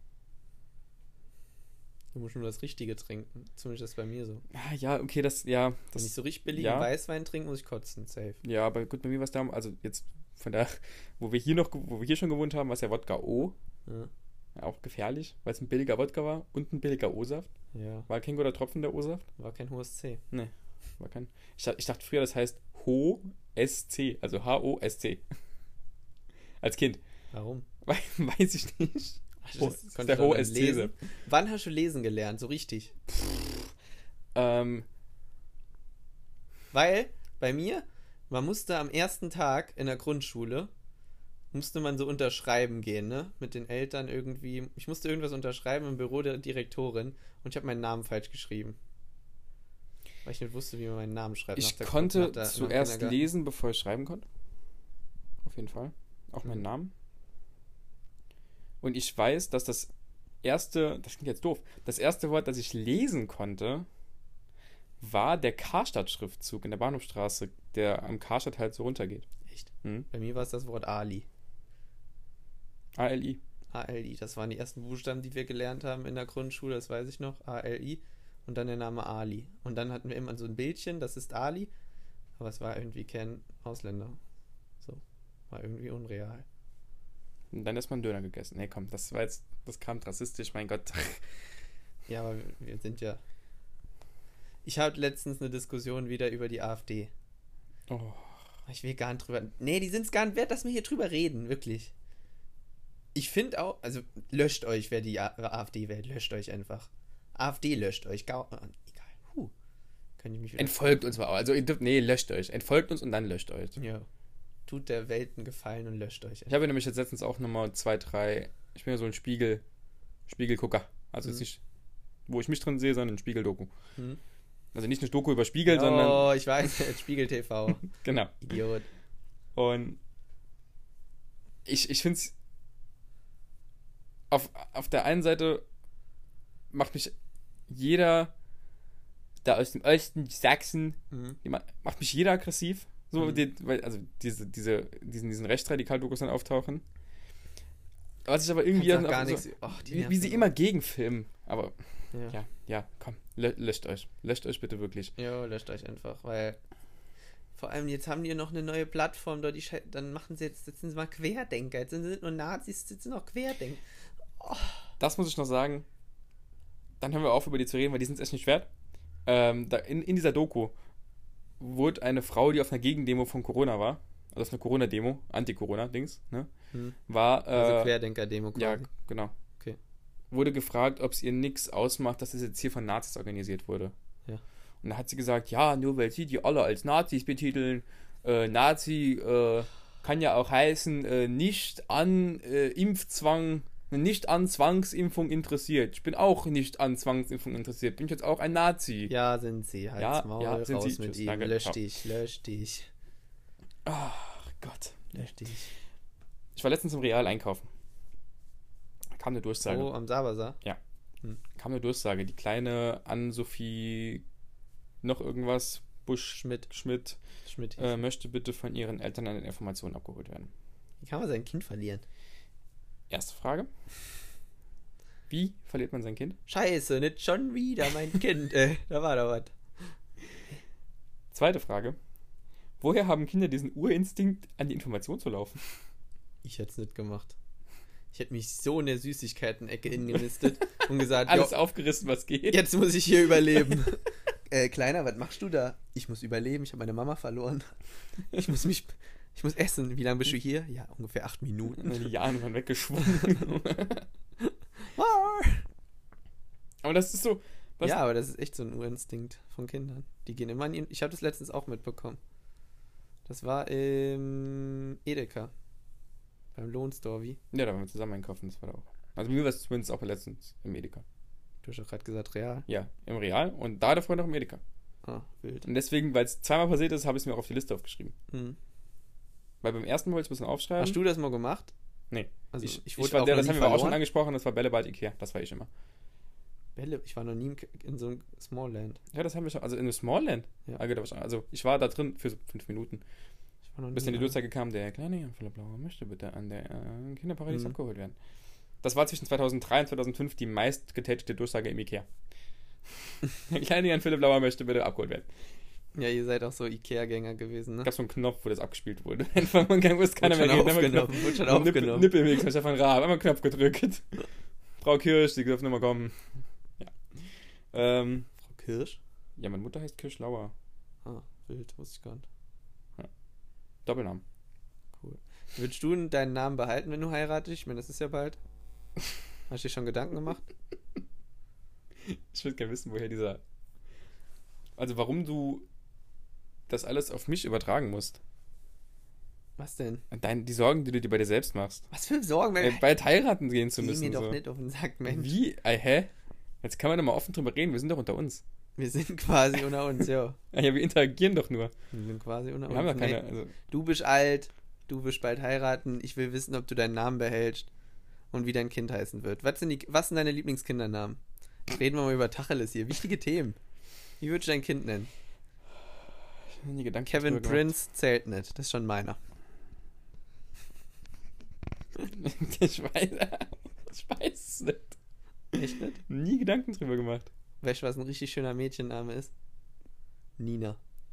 [SPEAKER 2] Du musst nur das Richtige trinken. Zumindest ist das bei mir so.
[SPEAKER 1] Ah, ja, okay, das.
[SPEAKER 2] Wenn ich so richtig billigen
[SPEAKER 1] ja.
[SPEAKER 2] Weißwein trinke, muss ich kotzen. Safe.
[SPEAKER 1] Ja, aber gut, bei mir war es da, also jetzt von da, wo wir hier schon gewohnt haben, war es ja Wodka O.
[SPEAKER 2] Ja.
[SPEAKER 1] Ja, auch gefährlich, weil es ein billiger Wodka war und ein billiger O-Saft.
[SPEAKER 2] Ja.
[SPEAKER 1] War kein guter Tropfen, der O-Saft?
[SPEAKER 2] War kein hohes C.
[SPEAKER 1] Nee, war kein. Ich dachte früher, das heißt Ho-S-C, also H-O-S-C. Als Kind.
[SPEAKER 2] Warum?
[SPEAKER 1] Weiß ich nicht.
[SPEAKER 2] Das
[SPEAKER 1] ist der Ho-S-C.
[SPEAKER 2] Wann hast du lesen gelernt? So richtig? Weil bei mir, man musste am ersten Tag in der Grundschule, musste man so unterschreiben gehen, ne? Mit den Eltern irgendwie. Ich musste irgendwas unterschreiben im Büro der Direktorin und ich habe meinen Namen falsch geschrieben. Weil ich nicht wusste, wie man meinen Namen schreibt.
[SPEAKER 1] Ich konnte zuerst lesen, bevor ich schreiben konnte. Auf jeden Fall. Auch meinen Namen. Und ich weiß, dass das klingt jetzt doof, das erste Wort, das ich lesen konnte, war der Karstadt-Schriftzug in der Bahnhofstraße, der am Karstadt halt so runtergeht.
[SPEAKER 2] Echt?
[SPEAKER 1] Mhm.
[SPEAKER 2] Bei mir war es das Wort Ali.
[SPEAKER 1] A-L-I.
[SPEAKER 2] A-L-I, das waren die ersten Buchstaben, die wir gelernt haben in der Grundschule, das weiß ich noch. A-L-I und dann der Name Ali. Und dann hatten wir immer so ein Bildchen, das ist Ali, aber es war irgendwie kein Ausländer. So, war irgendwie unreal.
[SPEAKER 1] Und dann erstmal einen Döner gegessen. Nee, komm, das kam rassistisch, mein Gott.
[SPEAKER 2] Ja, aber wir sind ja... Ich hatte letztens eine Diskussion wieder über die AfD.
[SPEAKER 1] Oh.
[SPEAKER 2] Ich will gar nicht drüber... Nee, die sind es gar nicht wert, dass wir hier drüber reden, wirklich. Ich finde auch... Also, löscht euch, wer die AfD wählt. Löscht euch einfach. AfD löscht euch. Egal. Kann ich mich wieder...
[SPEAKER 1] Entfolgt uns mal. Also, nee, löscht euch. Entfolgt uns und dann löscht euch.
[SPEAKER 2] Ja. Tut der Welt einen Gefallen und löscht euch.
[SPEAKER 1] Ich habe nämlich jetzt letztens auch nochmal 2, 3... Ich bin ja so ein Spiegelgucker. Also jetzt nicht, wo ich mich drin sehe, sondern ein Spiegel-Doku. Also nicht eine Doku über Spiegel, sondern...
[SPEAKER 2] Oh, ich weiß, Spiegel TV.
[SPEAKER 1] Genau.
[SPEAKER 2] Idiot.
[SPEAKER 1] Und ich finde es... Auf der einen Seite macht mich jeder da aus dem Osten, Sachsen, macht mich jeder aggressiv. So, weil diesen Rechtsradikal-Dokus dann auftauchen. Was ich aber irgendwie...
[SPEAKER 2] Gar nichts.
[SPEAKER 1] Wie sie immer gegenfilmen. Aber ja, komm, löscht euch. Löscht euch bitte wirklich.
[SPEAKER 2] Ja, löscht euch einfach, weil vor allem jetzt haben die noch eine neue Plattform, dort dann machen sie jetzt sind sie mal Querdenker. Jetzt sind sie nicht nur Nazis, jetzt sind sie noch Querdenker. Oh.
[SPEAKER 1] Das muss ich noch sagen. Dann hören wir auf, über die zu reden, weil die sind es echt nicht wert. In dieser Doku wurde eine Frau, die auf einer Gegendemo von Corona war, also auf einer Corona-Demo, Anti-Corona-Dings, ne? War...
[SPEAKER 2] also Querdenker-Demo quasi.
[SPEAKER 1] Ja, genau.
[SPEAKER 2] Okay.
[SPEAKER 1] Wurde gefragt, ob es ihr nichts ausmacht, dass es jetzt hier von Nazis organisiert wurde.
[SPEAKER 2] Ja.
[SPEAKER 1] Und da hat sie gesagt, ja, nur weil sie die alle als Nazis betiteln, Nazi kann ja auch heißen, nicht an Impfzwang, nicht an Zwangsimpfung interessiert. Ich bin auch nicht an Zwangsimpfung interessiert. Bin ich jetzt auch ein Nazi?
[SPEAKER 2] Ja, sind sie. Halt's Maul,
[SPEAKER 1] sind
[SPEAKER 2] raus
[SPEAKER 1] sie.
[SPEAKER 2] mit
[SPEAKER 1] Tschüss,
[SPEAKER 2] ihm.
[SPEAKER 1] danke.
[SPEAKER 2] Lösch dich.
[SPEAKER 1] Ach Gott.
[SPEAKER 2] Lösch dich.
[SPEAKER 1] Ich war letztens im Real einkaufen. Kam eine Durchsage.
[SPEAKER 2] Oh, am Sabasa?
[SPEAKER 1] Ja. Kam eine Durchsage. Die kleine Ann-Sophie noch irgendwas Schmidt möchte bitte von ihren Eltern eine Information abgeholt werden.
[SPEAKER 2] Wie kann man sein Kind verlieren?
[SPEAKER 1] Erste Frage. Wie verliert man sein Kind?
[SPEAKER 2] Scheiße, nicht schon wieder mein Kind. Da war doch was.
[SPEAKER 1] Zweite Frage. Woher haben Kinder diesen Urinstinkt, an die Information zu laufen?
[SPEAKER 2] Ich hätte es nicht gemacht. Ich hätte mich so in der Süßigkeiten-Ecke ingenistet und gesagt,
[SPEAKER 1] alles aufgerissen, was geht.
[SPEAKER 2] Jetzt muss ich hier überleben. Kleiner, was machst du da? Ich muss überleben, ich habe meine Mama verloren. Ich muss essen. Wie lange bist du hier? Ja, ungefähr 8 Minuten.
[SPEAKER 1] Die Jahre waren weggeschwungen. Aber das ist so...
[SPEAKER 2] Ja, aber das ist echt so ein Urinstinkt von Kindern. Die gehen immer ich habe das letztens auch mitbekommen. Das war im Edeka. Beim Lohnstorvi.
[SPEAKER 1] Ja, da waren wir zusammen einkaufen, das war da auch. Also mir war es zumindest auch letztens im Edeka.
[SPEAKER 2] Du hast doch gerade gesagt Real.
[SPEAKER 1] Ja, im Real und da davor noch im Edeka.
[SPEAKER 2] Ah, wild.
[SPEAKER 1] Und deswegen, weil es zweimal passiert ist, habe ich es mir auch auf die Liste aufgeschrieben. Weil beim ersten wollte ich es ein bisschen aufschreiben.
[SPEAKER 2] Hast du das mal gemacht?
[SPEAKER 1] Nee.
[SPEAKER 2] Also
[SPEAKER 1] ich war der, das haben wir auch schon angesprochen, das war Bällebad Ikea, das war ich immer.
[SPEAKER 2] Ich war noch nie in so einem Smallland.
[SPEAKER 1] Ja, das haben wir schon, also in einem Smallland.
[SPEAKER 2] Ja.
[SPEAKER 1] Also ich war da drin für so 5 Minuten.
[SPEAKER 2] Ich war noch nie.
[SPEAKER 1] Bis dann die Durchsage kam, der kleine Jan von der Blaue möchte bitte an der Kinderparadies abgeholt werden. Das war zwischen 2003 und 2005 die meist getätigte Durchsage im Ikea. Der kleine Jan Philipp Lauer möchte bitte abgeholt werden.
[SPEAKER 2] Ja, ihr seid auch so Ikea-Gänger gewesen, ne?
[SPEAKER 1] Gab so einen Knopf, wo das abgespielt wurde. Einfach, man wusste keiner mehr reden.
[SPEAKER 2] Wurde schon aufgenommen.
[SPEAKER 1] Nippelmix von Stefan Raab. Einmal Knopf gedrückt. Frau Kirsch, die dürfen immer kommen. Ja.
[SPEAKER 2] Frau Kirsch?
[SPEAKER 1] Ja, meine Mutter heißt Kirsch Lauer.
[SPEAKER 2] Ah, wild, wusste ich gar nicht.
[SPEAKER 1] Ja. Doppelnamen.
[SPEAKER 2] Cool. Würdest du deinen Namen behalten, wenn du heiratest? Ich meine, das ist ja bald. Hast du dir schon Gedanken gemacht?
[SPEAKER 1] Ich würde gerne wissen, woher dieser... Also warum du das alles auf mich übertragen musst.
[SPEAKER 2] Was denn?
[SPEAKER 1] Die Sorgen, die du dir bei dir selbst machst.
[SPEAKER 2] Was für Sorgen? Wenn
[SPEAKER 1] bald heiraten gehen zu
[SPEAKER 2] geh
[SPEAKER 1] müssen.
[SPEAKER 2] mir doch
[SPEAKER 1] so.
[SPEAKER 2] nicht auf den Sack, Mensch.
[SPEAKER 1] Wie? Hä? Jetzt kann man doch mal offen drüber reden. Wir sind doch unter uns.
[SPEAKER 2] Wir sind quasi unter uns, ja.
[SPEAKER 1] Ja, wir interagieren doch nur.
[SPEAKER 2] Wir sind quasi unter
[SPEAKER 1] Wir
[SPEAKER 2] uns.
[SPEAKER 1] haben doch keine... Also,
[SPEAKER 2] Du bist alt, du wirst bald heiraten. Ich will wissen, ob du deinen Namen behältst und wie dein Kind heißen wird. Was sind deine Lieblingskindernamen? Jetzt reden wir mal über Tacheles hier. Wichtige Themen. Wie würdest du dein Kind nennen?
[SPEAKER 1] die Gedanken
[SPEAKER 2] Kevin Prince zählt nicht. Das ist schon meiner.
[SPEAKER 1] Ich weiß es nicht.
[SPEAKER 2] Echt nicht?
[SPEAKER 1] Nie Gedanken drüber gemacht.
[SPEAKER 2] Weißt du, was ein richtig schöner Mädchenname ist? Nina.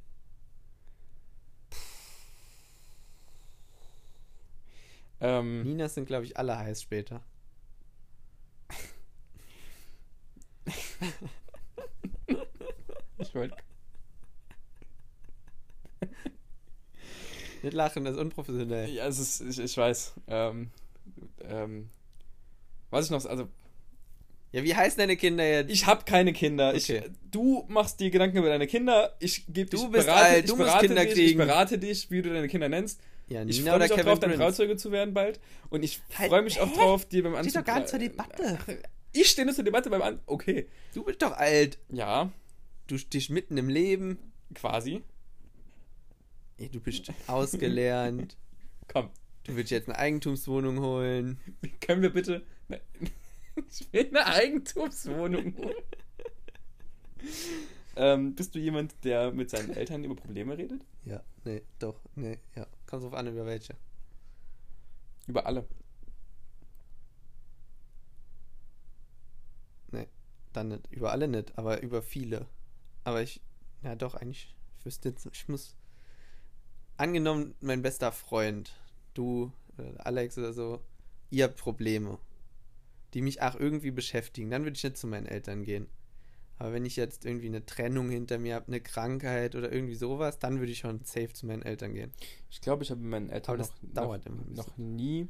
[SPEAKER 2] Ninas sind, glaube ich, alle heiß später.
[SPEAKER 1] Ich wollte...
[SPEAKER 2] Nicht lachen, das ist unprofessionell.
[SPEAKER 1] Ja, ich weiß. Was ich noch... Also,
[SPEAKER 2] Ja, wie heißen deine Kinder jetzt?
[SPEAKER 1] ich habe keine Kinder.
[SPEAKER 2] Okay.
[SPEAKER 1] Du machst dir Gedanken über deine Kinder.
[SPEAKER 2] Du bist alt, du musst Kinder kriegen.
[SPEAKER 1] Ich berate dich, wie du deine Kinder nennst.
[SPEAKER 2] Ja,
[SPEAKER 1] Ich
[SPEAKER 2] Nina
[SPEAKER 1] freue
[SPEAKER 2] oder
[SPEAKER 1] mich auch
[SPEAKER 2] Kevin
[SPEAKER 1] drauf, dein
[SPEAKER 2] Prince?
[SPEAKER 1] Trauzeuge zu werden bald. Und ich
[SPEAKER 2] Halt,
[SPEAKER 1] freue mich auch drauf, dir beim Anzug...
[SPEAKER 2] Steht doch gar nicht zur Debatte.
[SPEAKER 1] Ich stehe nicht zur Debatte beim Anzug. Okay.
[SPEAKER 2] Du bist doch alt.
[SPEAKER 1] Ja,
[SPEAKER 2] Du stehst mitten im Leben.
[SPEAKER 1] quasi.
[SPEAKER 2] Ey, du bist ausgelernt.
[SPEAKER 1] Komm,
[SPEAKER 2] Du willst jetzt eine Eigentumswohnung holen.
[SPEAKER 1] können wir bitte... Ich will eine Eigentumswohnung. Bist du jemand, der mit seinen Eltern über Probleme redet?
[SPEAKER 2] Ja, nee, doch, nee, ja. Kommt drauf an, über welche.
[SPEAKER 1] Über alle.
[SPEAKER 2] Nee, dann nicht. Über alle nicht, aber über viele. Aber ja doch, eigentlich, ich wüsste jetzt, ich muss, angenommen, mein bester Freund, du, Alex oder so, ihr habt Probleme, die mich auch irgendwie beschäftigen, dann würde ich nicht zu meinen Eltern gehen. Aber wenn ich jetzt irgendwie eine Trennung hinter mir habe, eine Krankheit oder irgendwie sowas, dann würde ich schon safe zu meinen Eltern gehen.
[SPEAKER 1] Ich glaube, ich habe mit meinen Eltern
[SPEAKER 2] Aber das dauert immer ein bisschen.
[SPEAKER 1] noch nie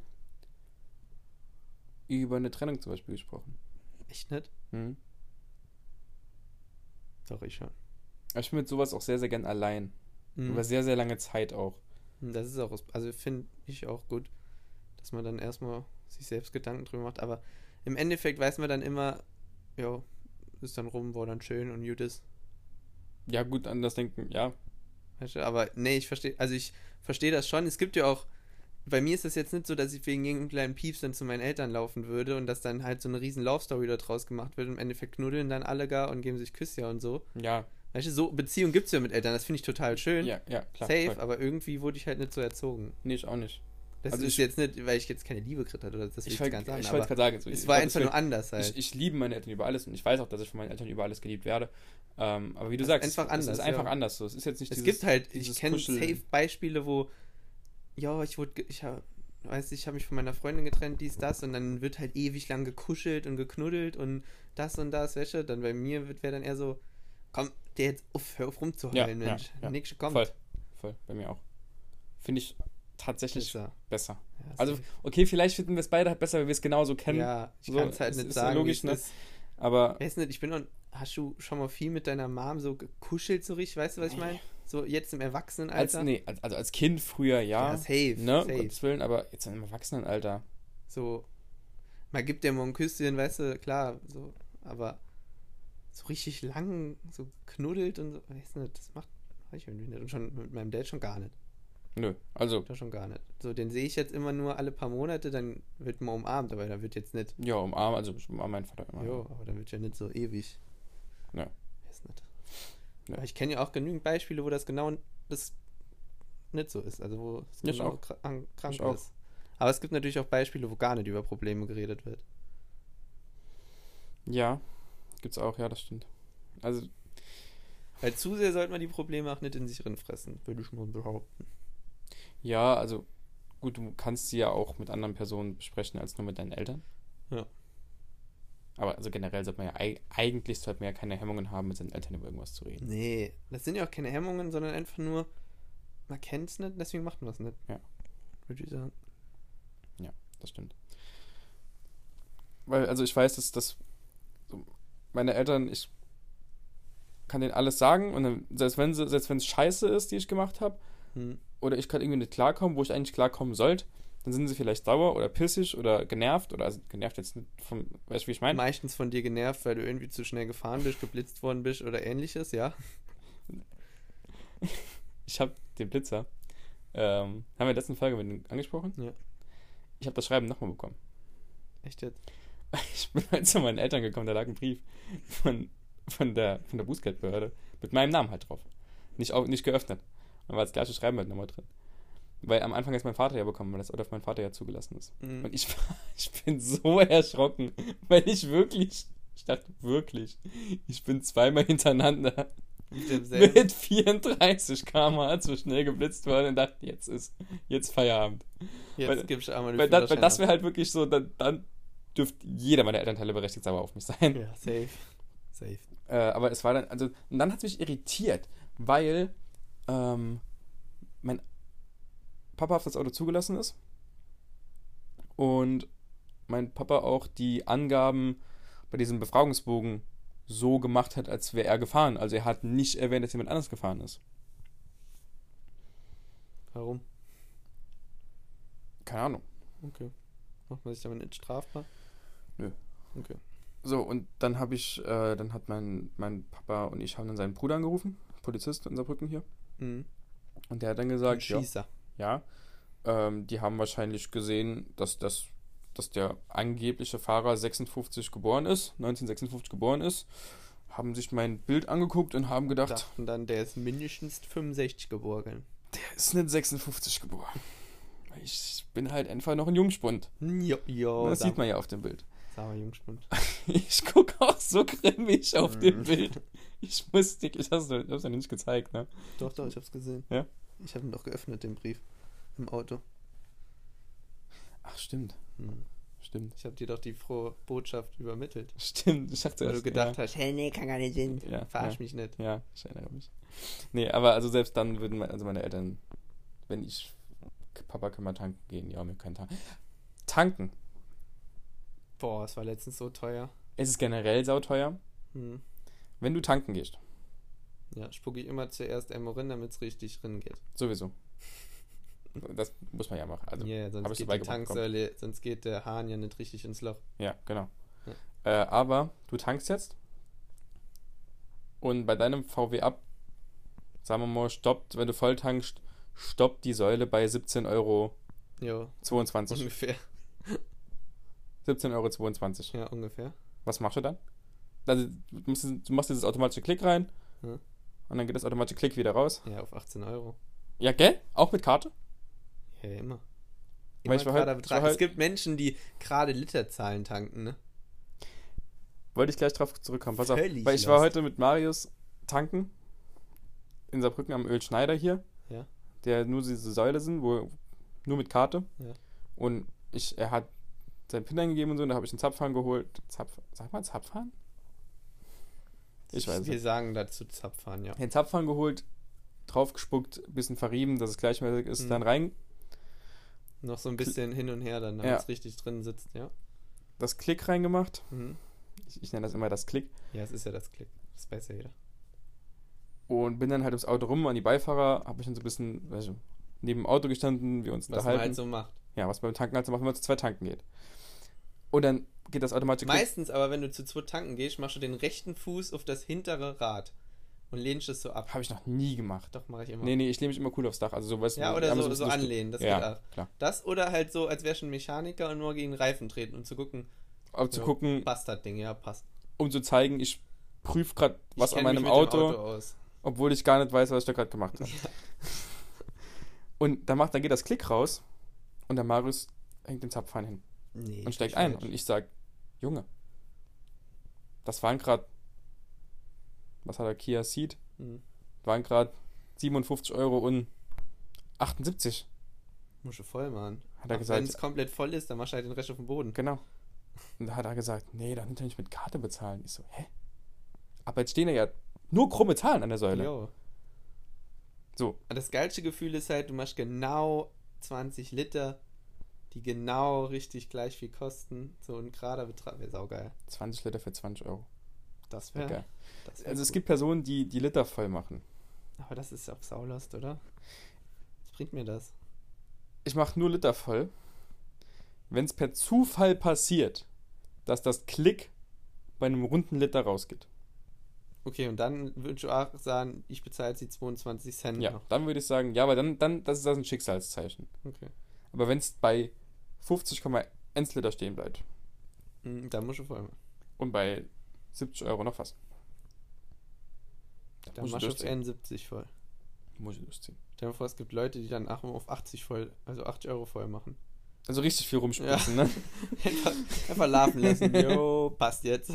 [SPEAKER 1] über eine Trennung zum Beispiel gesprochen.
[SPEAKER 2] Echt nicht?
[SPEAKER 1] Hm.
[SPEAKER 2] Doch, ich schon.
[SPEAKER 1] Aber ich bin mit sowas auch sehr, sehr gern allein. Über sehr, sehr lange Zeit auch.
[SPEAKER 2] Das ist auch, also finde ich auch gut, dass man dann erstmal sich selbst Gedanken drüber macht, aber im Endeffekt weiß man dann immer, ja, ist dann rum, war dann schön und gut ist.
[SPEAKER 1] Ja, gut, an das denken, ja.
[SPEAKER 2] Weißt du, aber nee, ich verstehe das schon. Es gibt ja auch, bei mir ist das jetzt nicht so, dass ich wegen irgendeinem kleinen Pieps dann zu meinen Eltern laufen würde und dass dann halt so eine riesen Love-Story da draus gemacht wird und im Endeffekt knuddeln dann alle gar und geben sich Küsse und so.
[SPEAKER 1] Ja.
[SPEAKER 2] Weißt du, so Beziehungen gibt es ja mit Eltern, das finde ich total schön.
[SPEAKER 1] Ja, klar.
[SPEAKER 2] Safe,
[SPEAKER 1] Voll.
[SPEAKER 2] aber irgendwie wurde ich halt nicht so erzogen.
[SPEAKER 1] Nee, ich auch nicht.
[SPEAKER 2] Das
[SPEAKER 1] Also
[SPEAKER 2] ist jetzt nicht, weil ich jetzt keine Liebe gekriegt habe oder das will ich
[SPEAKER 1] wollte
[SPEAKER 2] ganz sagen,
[SPEAKER 1] gerade sagen, so,
[SPEAKER 2] es war einfach nur anders halt.
[SPEAKER 1] Ich liebe meine Eltern über alles und ich weiß auch, dass ich von meinen Eltern über alles geliebt werde. Aber wie du sagst,
[SPEAKER 2] einfach anders,
[SPEAKER 1] es ist einfach
[SPEAKER 2] ja.
[SPEAKER 1] anders so. Es ist jetzt nicht
[SPEAKER 2] Es
[SPEAKER 1] dieses,
[SPEAKER 2] gibt halt,
[SPEAKER 1] dieses
[SPEAKER 2] ich kenne
[SPEAKER 1] Kuscheln.
[SPEAKER 2] safe Beispiele, wo, ja, ich habe mich von meiner Freundin getrennt, dies, das, und dann wird halt ewig lang gekuschelt und geknuddelt und das, weißt du, dann bei mir wäre dann eher so, komm, hör auf rumzuheulen, Mensch,
[SPEAKER 1] ja.
[SPEAKER 2] Nächste kommt.
[SPEAKER 1] Voll, bei mir auch. Finde ich tatsächlich besser.
[SPEAKER 2] Ja,
[SPEAKER 1] Also,
[SPEAKER 2] safe.
[SPEAKER 1] okay, vielleicht finden wir es beide halt besser, weil wir es genauso kennen.
[SPEAKER 2] Ja, ich
[SPEAKER 1] so,
[SPEAKER 2] kann es halt
[SPEAKER 1] es
[SPEAKER 2] nicht
[SPEAKER 1] ist
[SPEAKER 2] sagen,
[SPEAKER 1] ja logisch,
[SPEAKER 2] wie
[SPEAKER 1] ne?
[SPEAKER 2] es ist.
[SPEAKER 1] Aber
[SPEAKER 2] Weiß nicht, hast du schon mal viel mit deiner Mom so gekuschelt, so richtig, weißt du, was ich meine? So jetzt im Erwachsenenalter?
[SPEAKER 1] als Kind früher, ja.
[SPEAKER 2] Ja, safe,
[SPEAKER 1] ne,
[SPEAKER 2] safe.
[SPEAKER 1] Um Gottes Willen, aber jetzt im Erwachsenenalter.
[SPEAKER 2] So, man gibt dir mal ein Küsschen, weißt du, klar, so, aber so richtig lang, so knuddelt und so, weiß nicht, das mache ich irgendwie nicht. Und schon mit meinem Dad schon gar nicht.
[SPEAKER 1] Nö, also,
[SPEAKER 2] Das schon gar nicht. So, den sehe ich jetzt immer nur alle paar Monate, dann wird man umarmt, aber da wird jetzt nicht,
[SPEAKER 1] ja, umarmen, also ich umarme meinen Vater immer.
[SPEAKER 2] jo, aber da wird ja nicht so ewig.
[SPEAKER 1] Ja.
[SPEAKER 2] Weiß nicht.
[SPEAKER 1] Ja.
[SPEAKER 2] Aber ich kenne ja auch genügend Beispiele, wo das genau das nicht so ist, also wo es
[SPEAKER 1] Ich
[SPEAKER 2] genau
[SPEAKER 1] auch.
[SPEAKER 2] krank
[SPEAKER 1] Ich auch.
[SPEAKER 2] ist. Aber es gibt natürlich auch Beispiele, wo gar nicht über Probleme geredet wird.
[SPEAKER 1] Ja, gibt's auch, ja, das stimmt. Also,
[SPEAKER 2] Weil zu sehr sollte man die Probleme auch nicht in sich fressen, würde ich mal behaupten.
[SPEAKER 1] ja, also, gut, du kannst sie ja auch mit anderen Personen besprechen als nur mit deinen Eltern.
[SPEAKER 2] Ja.
[SPEAKER 1] Aber also generell sollte man ja, eigentlich sollte man ja keine Hemmungen haben, mit seinen Eltern über irgendwas zu reden.
[SPEAKER 2] Nee, das sind ja auch keine Hemmungen, sondern einfach nur, man kennt es nicht, deswegen macht man es nicht.
[SPEAKER 1] Ja.
[SPEAKER 2] Würde ich sagen.
[SPEAKER 1] Ja, das stimmt. Weil, also ich weiß, dass so meine Eltern, ich kann denen alles sagen und dann, selbst wenn es scheiße ist, die ich gemacht habe,
[SPEAKER 2] Hm.
[SPEAKER 1] oder ich kann irgendwie nicht klarkommen, wo ich eigentlich klarkommen sollte, dann sind sie vielleicht sauer oder pissig oder genervt oder, also genervt jetzt nicht vom, weißt du, wie ich meine?
[SPEAKER 2] Meistens von dir genervt, weil du irgendwie zu schnell gefahren bist, geblitzt worden bist oder ähnliches, ja?
[SPEAKER 1] Ich habe den Blitzer, haben wir in der letzten Folge mit ihm angesprochen?
[SPEAKER 2] Ja.
[SPEAKER 1] Ich habe das Schreiben nochmal bekommen.
[SPEAKER 2] Echt jetzt?
[SPEAKER 1] Ich bin halt zu meinen Eltern gekommen, da lag ein Brief von der Bußgeldbehörde mit meinem Namen halt drauf. Nicht geöffnet. Dann war das gleiche Schreiben halt nochmal drin. Weil am Anfang ist mein Vater ja bekommen, weil das Auto auf meinen Vater ja zugelassen ist.
[SPEAKER 2] Mhm.
[SPEAKER 1] Und ich bin so erschrocken, weil ich dachte wirklich, ich bin zweimal hintereinander
[SPEAKER 2] Mit demselben.
[SPEAKER 1] mit 34 km/h zu schnell geblitzt worden und dachte, jetzt Feierabend.
[SPEAKER 2] Jetzt gibst du einmal den
[SPEAKER 1] Weil
[SPEAKER 2] Führerschein
[SPEAKER 1] das
[SPEAKER 2] ab.
[SPEAKER 1] wäre halt wirklich so, dann dürfte jeder meiner Elternteile berechtigt sauer auf mich sein.
[SPEAKER 2] Ja, safe. Safe.
[SPEAKER 1] Aber es war dann, also, und dann hat es mich irritiert, weil mein Papa auf das Auto zugelassen ist und mein Papa auch die Angaben bei diesem Befragungsbogen so gemacht hat, als wäre er gefahren. Also er hat nicht erwähnt, dass jemand anders gefahren ist.
[SPEAKER 2] Warum?
[SPEAKER 1] Keine Ahnung.
[SPEAKER 2] Okay. Macht man sich damit nicht strafbar?
[SPEAKER 1] Nö.
[SPEAKER 2] Okay.
[SPEAKER 1] So, und dann dann hat mein Papa und ich haben dann seinen Bruder angerufen, Polizist in Saarbrücken hier.
[SPEAKER 2] Mhm.
[SPEAKER 1] Und der hat dann
[SPEAKER 2] Ein
[SPEAKER 1] gesagt,
[SPEAKER 2] Schießer.
[SPEAKER 1] ja, die haben wahrscheinlich gesehen, dass der angebliche Fahrer 1956 geboren ist, haben sich mein Bild angeguckt und haben gedacht,
[SPEAKER 2] Dachten dann, der ist mindestens 65 geboren.
[SPEAKER 1] der ist nicht 56 geboren. Ich bin halt einfach noch ein Jungspund.
[SPEAKER 2] Jo,
[SPEAKER 1] Das sieht man ja auf dem Bild.
[SPEAKER 2] Sag mal, Jungspund.
[SPEAKER 1] Ich gucke auch so grimmig auf dem Bild. Ich hab's ja nicht gezeigt, ne?
[SPEAKER 2] Doch, ich hab's gesehen.
[SPEAKER 1] Ja?
[SPEAKER 2] Ich hab ihn doch geöffnet, den Brief. Im Auto.
[SPEAKER 1] Ach, stimmt. Stimmt.
[SPEAKER 2] Ich hab dir doch die frohe Botschaft übermittelt.
[SPEAKER 1] Stimmt, ich dachte
[SPEAKER 2] Weil du
[SPEAKER 1] erst,
[SPEAKER 2] gedacht hast, hey, nee, kann gar nicht sein.
[SPEAKER 1] Ja,
[SPEAKER 2] Verarsch mich nicht.
[SPEAKER 1] Ja, ich erinnere mich. Nee, aber also selbst dann würden meine Eltern, wenn ich, Papa, können wir tanken gehen? Ja, wir können tanken. Tanken.
[SPEAKER 2] Boah, es war letztens so teuer.
[SPEAKER 1] Es ist generell sauteuer.
[SPEAKER 2] Hm.
[SPEAKER 1] Wenn du tanken gehst,
[SPEAKER 2] Ja, spucke ich immer zuerst einmal rein, damit es richtig rein geht.
[SPEAKER 1] sowieso. Das muss man ja machen. Also,
[SPEAKER 2] Ja,
[SPEAKER 1] hab
[SPEAKER 2] sonst
[SPEAKER 1] ich so
[SPEAKER 2] geht die
[SPEAKER 1] beigebracht bekommen.
[SPEAKER 2] Tanksäule, sonst geht der Hahn ja nicht richtig ins Loch.
[SPEAKER 1] Ja, genau.
[SPEAKER 2] Ja.
[SPEAKER 1] Aber du tankst jetzt und bei deinem VW ab, sagen wir mal, wenn du voll tankst, stoppt die Säule bei 17,22 Euro.
[SPEAKER 2] Jo, ungefähr.
[SPEAKER 1] 17,22 Euro.
[SPEAKER 2] Ja, ungefähr.
[SPEAKER 1] Was machst du dann? Also, du machst dieses automatische Klick rein
[SPEAKER 2] Hm.
[SPEAKER 1] und dann geht das automatische Klick wieder raus.
[SPEAKER 2] Ja, auf 18 Euro.
[SPEAKER 1] Ja, gell? Auch mit Karte?
[SPEAKER 2] Ja, immer.
[SPEAKER 1] Weil ich war
[SPEAKER 2] gerader
[SPEAKER 1] halt-
[SPEAKER 2] Betrag.
[SPEAKER 1] ich war
[SPEAKER 2] Es gibt Menschen, die gerade Literzahlen tanken, ne?
[SPEAKER 1] Wollte ich gleich drauf zurückkommen. Pass auf.
[SPEAKER 2] Völlig
[SPEAKER 1] Weil ich war
[SPEAKER 2] lost.
[SPEAKER 1] heute mit Marius tanken in Saarbrücken am Ölschneider hier.
[SPEAKER 2] Ja.
[SPEAKER 1] Der nur diese Säule sind, wo nur mit Karte.
[SPEAKER 2] Ja.
[SPEAKER 1] Und er hat seinen PIN eingegeben und so, und da habe ich einen Zapfhahn geholt. Sag mal Zapfhahn? Ich weiß
[SPEAKER 2] Wir
[SPEAKER 1] nicht.
[SPEAKER 2] sagen dazu Zapfhahn, ja.
[SPEAKER 1] Den Zapfhahn geholt, draufgespuckt, bisschen verrieben, dass es gleichmäßig ist,
[SPEAKER 2] Mhm.
[SPEAKER 1] dann rein,
[SPEAKER 2] Noch so ein bisschen hin und her dann, damit
[SPEAKER 1] Ja.
[SPEAKER 2] es richtig drin sitzt, ja.
[SPEAKER 1] das Klick reingemacht.
[SPEAKER 2] Mhm.
[SPEAKER 1] Ich nenne das immer das Klick.
[SPEAKER 2] Ja, es ist ja das Klick. Das weiß ja jeder.
[SPEAKER 1] Und bin dann halt ums Auto rum an die Beifahrer, habe mich dann so ein bisschen, neben dem Auto gestanden, wir uns
[SPEAKER 2] Was man
[SPEAKER 1] unterhalten.
[SPEAKER 2] halt so macht.
[SPEAKER 1] Ja, was beim Tanken halt so macht, wenn man zu zweit tanken geht. Und dann geht das automatische Klick.
[SPEAKER 2] Meistens aber, wenn du zu zweit tanken gehst, machst du den rechten Fuß auf das hintere Rad und lehnst es so ab.
[SPEAKER 1] Habe ich noch nie gemacht.
[SPEAKER 2] Doch, mache ich immer.
[SPEAKER 1] Nee, ich lehne mich immer cool aufs Dach. Also sowas.
[SPEAKER 2] Ja, oder
[SPEAKER 1] aber
[SPEAKER 2] so anlehnen, das geht
[SPEAKER 1] Ja,
[SPEAKER 2] auch.
[SPEAKER 1] klar.
[SPEAKER 2] Das oder halt so, als wärst du ein Mechaniker und nur gegen den Reifen treten, um zu gucken,
[SPEAKER 1] Aber zu
[SPEAKER 2] so,
[SPEAKER 1] gucken,
[SPEAKER 2] passt das Ding, ja, passt.
[SPEAKER 1] um zu zeigen, ich prüfe gerade was
[SPEAKER 2] Ich
[SPEAKER 1] an
[SPEAKER 2] kenn
[SPEAKER 1] meinem
[SPEAKER 2] mich mit dem
[SPEAKER 1] Auto,
[SPEAKER 2] aus.
[SPEAKER 1] obwohl ich gar nicht weiß, was ich da gerade gemacht habe. Und dann geht das Klick raus und der Marius hängt den Zapfhahn hin
[SPEAKER 2] Nee.
[SPEAKER 1] und steigt ein. Und ich sag, Junge, das waren gerade, was hat der Kia Ceed? Waren gerade 57 Euro und 78.
[SPEAKER 2] Muss schon voll machen.
[SPEAKER 1] Hat er
[SPEAKER 2] Auch
[SPEAKER 1] gesagt.
[SPEAKER 2] wenn es komplett voll ist, dann machst du halt den Rest auf den Boden.
[SPEAKER 1] Genau. Und da hat er gesagt, nee, dann kann ich mit Karte bezahlen. Ich so, hä? Aber jetzt stehen ja nur krumme Zahlen an der Säule.
[SPEAKER 2] Jo.
[SPEAKER 1] So.
[SPEAKER 2] Das geilste Gefühl ist halt, du machst genau 20 Liter, die genau richtig gleich viel kosten. So ein gerader Betrag wäre saugeil.
[SPEAKER 1] 20 Liter für 20 Euro.
[SPEAKER 2] Das
[SPEAKER 1] Wäre
[SPEAKER 2] wäre
[SPEAKER 1] geil.
[SPEAKER 2] wär
[SPEAKER 1] Also es
[SPEAKER 2] gut.
[SPEAKER 1] gibt Personen, die Liter voll machen.
[SPEAKER 2] Aber das ist auf Saulast, oder? Was bringt mir das?
[SPEAKER 1] Ich mache nur Liter voll, wenn es per Zufall passiert, dass das Klick bei einem runden Liter rausgeht.
[SPEAKER 2] Okay, und dann würdest du auch sagen, ich bezahle jetzt die 22 Cent
[SPEAKER 1] Ja,
[SPEAKER 2] noch.
[SPEAKER 1] dann würde ich sagen, ja, aber dann das ist das ein Schicksalszeichen.
[SPEAKER 2] Okay.
[SPEAKER 1] Aber wenn es bei 50,1 Liter stehen bleibt
[SPEAKER 2] Dann musst du voll machen.
[SPEAKER 1] und bei 70 Euro noch was,
[SPEAKER 2] Dann
[SPEAKER 1] muss ich
[SPEAKER 2] machst du auf
[SPEAKER 1] durchziehen.
[SPEAKER 2] 71 voll.
[SPEAKER 1] Muss ich durchziehen.
[SPEAKER 2] Stell dir vor, es gibt Leute, die dann auf 80 voll, also 80 Euro voll machen.
[SPEAKER 1] Also richtig viel rumspritzen, ne?
[SPEAKER 2] Einfach laufen lassen. Jo, passt jetzt.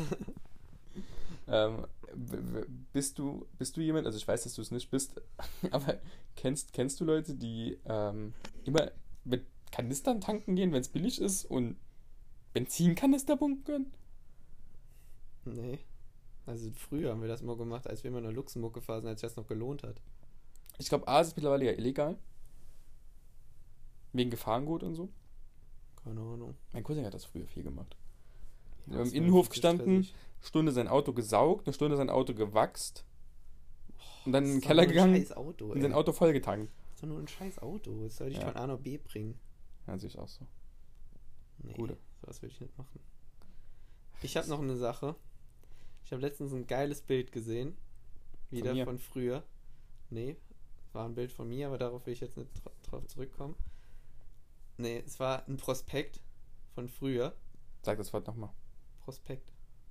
[SPEAKER 1] Bist du jemand, also ich weiß, dass du es nicht bist, aber kennst du Leute, die immer mit Kanistern tanken gehen, wenn es billig ist und Benzinkanister bunkern?
[SPEAKER 2] Nee. Also früher haben wir das mal gemacht, als wir immer in der Luxemburg gefahren sind, als sich das noch gelohnt hat.
[SPEAKER 1] Ich glaube, A ist mittlerweile ja illegal. Wegen Gefahrengut und so.
[SPEAKER 2] Keine Ahnung.
[SPEAKER 1] Mein Cousin hat das früher viel gemacht.
[SPEAKER 2] Ja,
[SPEAKER 1] Im
[SPEAKER 2] das war
[SPEAKER 1] Innenhof
[SPEAKER 2] richtig
[SPEAKER 1] gestanden,
[SPEAKER 2] stressig.
[SPEAKER 1] Stunde sein Auto gesaugt, eine Stunde sein Auto gewachst und dann in den
[SPEAKER 2] Das ist
[SPEAKER 1] Keller
[SPEAKER 2] doch nur ein
[SPEAKER 1] gegangen
[SPEAKER 2] scheiß Auto,
[SPEAKER 1] und
[SPEAKER 2] ey.
[SPEAKER 1] sein Auto vollgetankt.
[SPEAKER 2] Das ist doch nur ein scheiß Auto. Das soll dich
[SPEAKER 1] Ja.
[SPEAKER 2] von A nach B bringen.
[SPEAKER 1] Ja, sehe ich auch so.
[SPEAKER 2] Nee,
[SPEAKER 1] Gute.
[SPEAKER 2] sowas würde ich nicht machen. Ich habe noch eine Sache. Ich habe letztens ein geiles Bild gesehen. Wieder
[SPEAKER 1] mir?
[SPEAKER 2] von früher. Nee, war ein Bild von mir, aber darauf will ich jetzt nicht drauf zurückkommen. Nee, es war ein Prospekt von früher.
[SPEAKER 1] Sag das Wort nochmal.
[SPEAKER 2] Prospekt.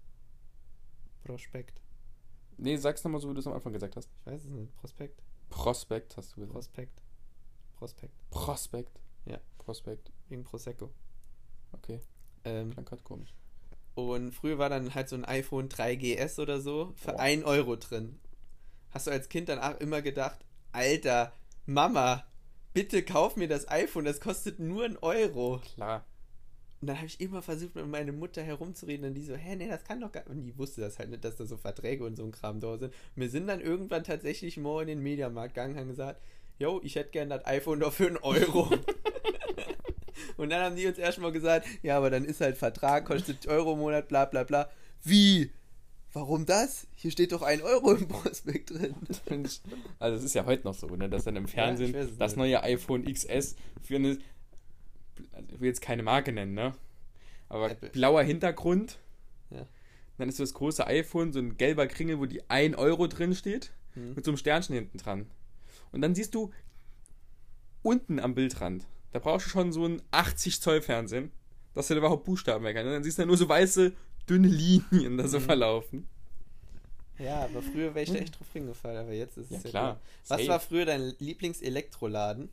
[SPEAKER 1] Nee, sag's nochmal so, wie du es am Anfang gesagt hast.
[SPEAKER 2] Ich weiß es nicht. Prospekt.
[SPEAKER 1] Prospekt hast du gesagt.
[SPEAKER 2] Prospekt.
[SPEAKER 1] Prospekt.
[SPEAKER 2] Ja.
[SPEAKER 1] Prospekt.
[SPEAKER 2] Wegen Prosecco.
[SPEAKER 1] Okay, klang grad komisch.
[SPEAKER 2] Und früher war dann halt so ein iPhone 3GS oder so für
[SPEAKER 1] Boah.
[SPEAKER 2] 1 Euro drin. Hast du als Kind dann auch immer gedacht, Alter, Mama, bitte kauf mir das iPhone, das kostet nur 1 Euro.
[SPEAKER 1] Klar.
[SPEAKER 2] Und dann habe ich immer versucht, mit meiner Mutter herumzureden und die so, hä, nee, das kann doch gar nicht. Und die wusste das halt nicht, dass da so Verträge und so ein Kram da sind. Und wir sind dann irgendwann tatsächlich mal in den Mediamarkt gegangen und haben gesagt, yo, ich hätte gern das iPhone doch für 1 Euro. Und dann haben die uns erstmal gesagt, ja, aber dann ist halt Vertrag, kostet Euro im Monat, bla bla bla. Wie? Warum das? Hier steht doch 1 Euro im Prospekt drin.
[SPEAKER 1] Also es ist ja heute noch so, ne, dass dann im
[SPEAKER 2] ich
[SPEAKER 1] Fernsehen
[SPEAKER 2] weiß es
[SPEAKER 1] das
[SPEAKER 2] nicht.
[SPEAKER 1] neue iPhone XS für eine, also ich will jetzt keine Marke nennen, ne? Aber
[SPEAKER 2] Apple.
[SPEAKER 1] blauer Hintergrund.
[SPEAKER 2] Ja.
[SPEAKER 1] Dann ist so das große iPhone, so ein gelber Kringel, wo die 1 Euro drin steht, mit so einem Sternchen hinten dran. Und dann siehst du unten am Bildrand, da brauchst du schon so ein 80 Zoll Fernsehen, dass du da überhaupt Buchstaben weg kannst. Und dann siehst du nur so weiße, dünne Linien da so verlaufen.
[SPEAKER 2] Ja, aber früher wäre ich da echt drauf hingefallen, aber jetzt ist es
[SPEAKER 1] Ja, klar.
[SPEAKER 2] Was
[SPEAKER 1] Safe.
[SPEAKER 2] war früher dein Lieblings-Elektroladen?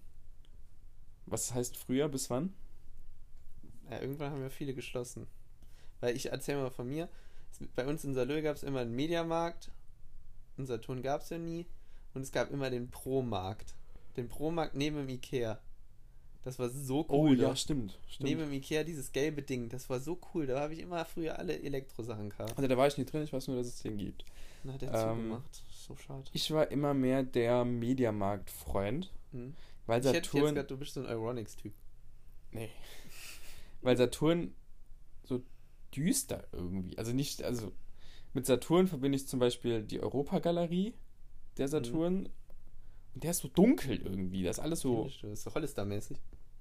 [SPEAKER 1] Was heißt früher, bis wann?
[SPEAKER 2] Ja, irgendwann haben wir viele geschlossen. Weil ich erzähle mal von mir, bei uns in Salö gab es immer einen Mediamarkt, in Saturn gab es ja nie, und es gab immer den Pro-Markt. Den Pro-Markt neben dem Ikea. Das war so cool.
[SPEAKER 1] ja, stimmt.
[SPEAKER 2] Neben dem Ikea dieses gelbe Ding, das war so cool. Da habe ich immer früher alle Elektrosachen gehabt.
[SPEAKER 1] Also da war ich nicht drin, ich weiß nur, dass es den gibt.
[SPEAKER 2] Dann hat er zugemacht. So schade.
[SPEAKER 1] Ich war immer mehr der Mediamarkt-Freund, weil
[SPEAKER 2] Ich hätte jetzt
[SPEAKER 1] Saturn...
[SPEAKER 2] gedacht, du bist so ein Euronics-Typ.
[SPEAKER 1] Nee. Weil Saturn so düster irgendwie. Also nicht, also mit Saturn verbinde ich zum Beispiel die Europagalerie der Saturn. Und der ist so dunkel irgendwie. Das ist alles so.
[SPEAKER 2] Findest du? Das ist so Hollister-mäßig.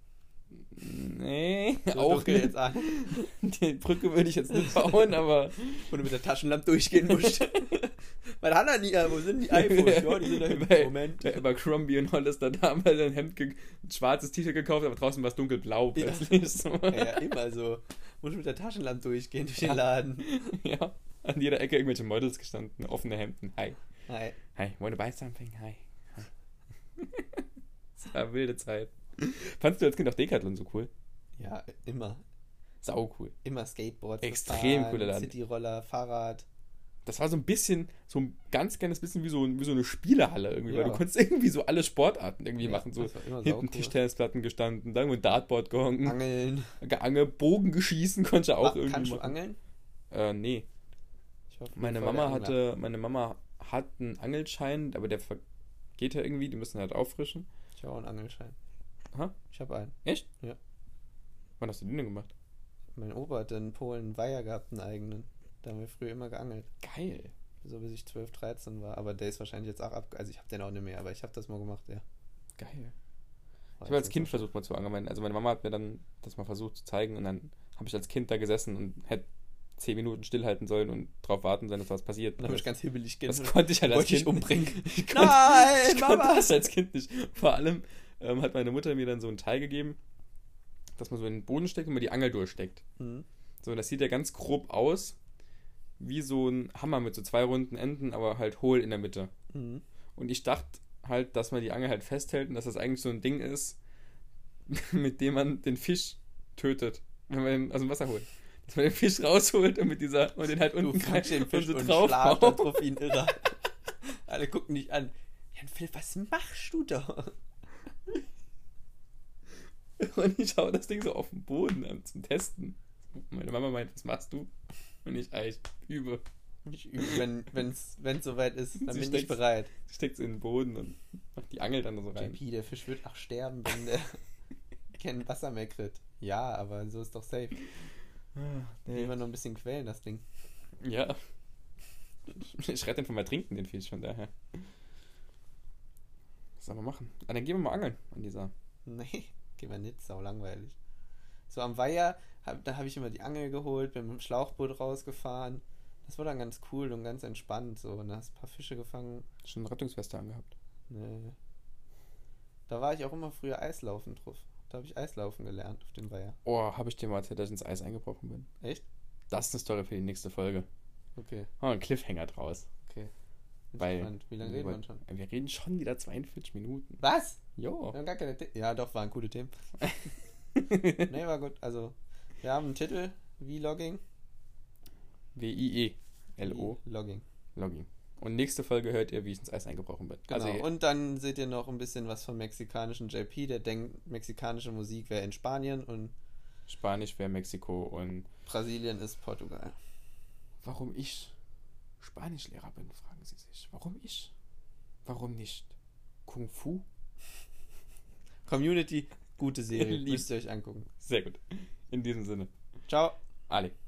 [SPEAKER 1] Nee,
[SPEAKER 2] So
[SPEAKER 1] auch
[SPEAKER 2] dunkel
[SPEAKER 1] nicht.
[SPEAKER 2] jetzt an.
[SPEAKER 1] Die Brücke würde ich jetzt nicht bauen, aber.
[SPEAKER 2] Wo du mit der Taschenlampe durchgehen musst. Weil Hanna nie, wo sind die iPhones? Ja, die sind da hinten. Moment.
[SPEAKER 1] Bei Abercrombie und Hollister damals ein Hemd, ein schwarzes T-Shirt gekauft, aber draußen war es dunkelblau
[SPEAKER 2] Ja.
[SPEAKER 1] plötzlich. So.
[SPEAKER 2] Ja, immer so. Musst mit der Taschenlampe durchgehen durch den Laden.
[SPEAKER 1] Ja, an jeder Ecke irgendwelche Models gestanden, offene Hemden. Hi.
[SPEAKER 2] Hi.
[SPEAKER 1] Hi, wanna buy something? Hi. Das war eine wilde Zeit. Fandst du als Kind auch Decathlon so cool?
[SPEAKER 2] Ja, immer.
[SPEAKER 1] Sau cool.
[SPEAKER 2] Immer Skateboards.
[SPEAKER 1] Extrem cooler Laden.
[SPEAKER 2] Cityroller, Fahrrad.
[SPEAKER 1] Das war so ein ganz kleines bisschen wie so eine Spielehalle irgendwie,
[SPEAKER 2] Ja.
[SPEAKER 1] weil du konntest irgendwie so alle Sportarten irgendwie
[SPEAKER 2] Ja,
[SPEAKER 1] machen. So
[SPEAKER 2] das war immer
[SPEAKER 1] hinten
[SPEAKER 2] saucool.
[SPEAKER 1] Tischtennisplatten gestanden, da irgendwo ein Dartboard gehangen,
[SPEAKER 2] Angeln.
[SPEAKER 1] Bogen geschießen konnte ich auch irgendwie
[SPEAKER 2] Kannst du
[SPEAKER 1] machen.
[SPEAKER 2] angeln?
[SPEAKER 1] Nee.
[SPEAKER 2] Ich war
[SPEAKER 1] Meine
[SPEAKER 2] voll
[SPEAKER 1] Mama
[SPEAKER 2] der Angler.
[SPEAKER 1] hat einen Angelschein, aber der vergeht ja irgendwie, die müssen halt auffrischen.
[SPEAKER 2] Ich habe auch einen Angelschein.
[SPEAKER 1] Aha.
[SPEAKER 2] Ich habe einen.
[SPEAKER 1] Echt?
[SPEAKER 2] Ja.
[SPEAKER 1] Wann hast du den denn gemacht?
[SPEAKER 2] Mein Opa hat in Polen einen Weiher gehabt, einen eigenen. Da haben wir früher immer geangelt.
[SPEAKER 1] Geil.
[SPEAKER 2] So bis ich 12, 13 war. Aber der ist wahrscheinlich jetzt auch Also ich habe den auch nicht mehr, aber ich habe das mal gemacht, ja.
[SPEAKER 1] Geil. Ich habe als Kind versucht mal zu angeln. Also meine Mama hat mir dann das mal versucht zu zeigen und dann habe ich als Kind da gesessen und hätte 10 Minuten stillhalten sollen und drauf warten sollen, dass was passiert.
[SPEAKER 2] Dann habe ich ganz hibbelig
[SPEAKER 1] Das konnte ich halt als
[SPEAKER 2] wollte ich
[SPEAKER 1] Kind
[SPEAKER 2] umbringen.
[SPEAKER 1] nicht. Ich
[SPEAKER 2] Nein,
[SPEAKER 1] konnte
[SPEAKER 2] Mama!
[SPEAKER 1] das als Kind nicht. Vor allem hat meine Mutter mir dann so ein Teil gegeben, dass man so in den Boden steckt und man die Angel durchsteckt.
[SPEAKER 2] Mhm.
[SPEAKER 1] So, das sieht ja ganz grob aus, wie so ein Hammer mit so 2 runden Enden, aber halt hohl in der Mitte.
[SPEAKER 2] Mhm.
[SPEAKER 1] Und ich dachte halt, dass man die Angel halt festhält und dass das eigentlich so ein Ding ist, mit dem man den Fisch tötet, wenn man ihn aus dem Wasser holt. Dass man den Fisch rausholt und den halt
[SPEAKER 2] Du
[SPEAKER 1] unten
[SPEAKER 2] fangst den Fisch
[SPEAKER 1] so
[SPEAKER 2] und
[SPEAKER 1] drauf
[SPEAKER 2] schlagt da
[SPEAKER 1] haut.
[SPEAKER 2] drauf wie ein Irrer. Alle gucken dich an. Jan Philipp, was machst du da?
[SPEAKER 1] Und ich hau das Ding so auf den Boden zum Testen. Meine Mama meint, was machst du? Und ich übe.
[SPEAKER 2] Wenn es soweit ist, dann
[SPEAKER 1] Sie
[SPEAKER 2] bin ich
[SPEAKER 1] steckt's-
[SPEAKER 2] bereit.
[SPEAKER 1] Ich steck's in den Boden und mach die Angel dann so rein.
[SPEAKER 2] JP, der Fisch wird auch sterben, wenn der kein Wasser mehr kriegt. Ja, aber so ist doch safe. Lieber noch ein bisschen quälen, das Ding.
[SPEAKER 1] Ja. Ich rette einfach mal trinken, den Fisch, von daher. Was soll man machen? Ah, dann gehen wir mal angeln an dieser.
[SPEAKER 2] Nee, gehen wir nicht, sau langweilig. So am Weiher, da habe ich immer die Angel geholt, bin mit dem Schlauchboot rausgefahren. Das war dann ganz cool und ganz entspannt so. Und da hast ein paar Fische gefangen.
[SPEAKER 1] Schon eine Rettungsweste angehabt.
[SPEAKER 2] Nee. Da war ich auch immer früher Eislaufen drauf. Da habe ich Eislaufen gelernt auf dem Weiher.
[SPEAKER 1] Oh, habe ich dir mal erzählt, dass ich ins Eis eingebrochen bin?
[SPEAKER 2] Echt?
[SPEAKER 1] Das ist eine Story für die nächste Folge.
[SPEAKER 2] Okay,
[SPEAKER 1] Oh, ein Cliffhanger draus.
[SPEAKER 2] okay.
[SPEAKER 1] Weil-
[SPEAKER 2] Spannend. Wie lange reden wir schon?
[SPEAKER 1] Wir reden schon wieder 42 Minuten.
[SPEAKER 2] Was?
[SPEAKER 1] Jo.
[SPEAKER 2] Wir haben gar keine Ja, doch, waren coole Themen. Nee, war gut. Also, wir haben einen Titel, Vlogging.
[SPEAKER 1] W-I-E-L-O.
[SPEAKER 2] Vlogging.
[SPEAKER 1] Logging. Und nächste Folge hört ihr, wie ich ins Eis eingebrochen bin.
[SPEAKER 2] Genau.
[SPEAKER 1] Also,
[SPEAKER 2] Und dann seht ihr noch ein bisschen was vom mexikanischen JP, der denkt, mexikanische Musik wäre in Spanien und
[SPEAKER 1] Spanisch wäre Mexiko und
[SPEAKER 2] Brasilien ist Portugal.
[SPEAKER 1] warum ich Spanischlehrer bin, fragen Sie sich. Warum ich? Warum nicht Kung Fu?
[SPEAKER 2] Community, gute Serie.
[SPEAKER 1] Lieb.
[SPEAKER 2] Müsst ihr euch angucken.
[SPEAKER 1] Sehr gut. In diesem Sinne.
[SPEAKER 2] Ciao.
[SPEAKER 1] Ali.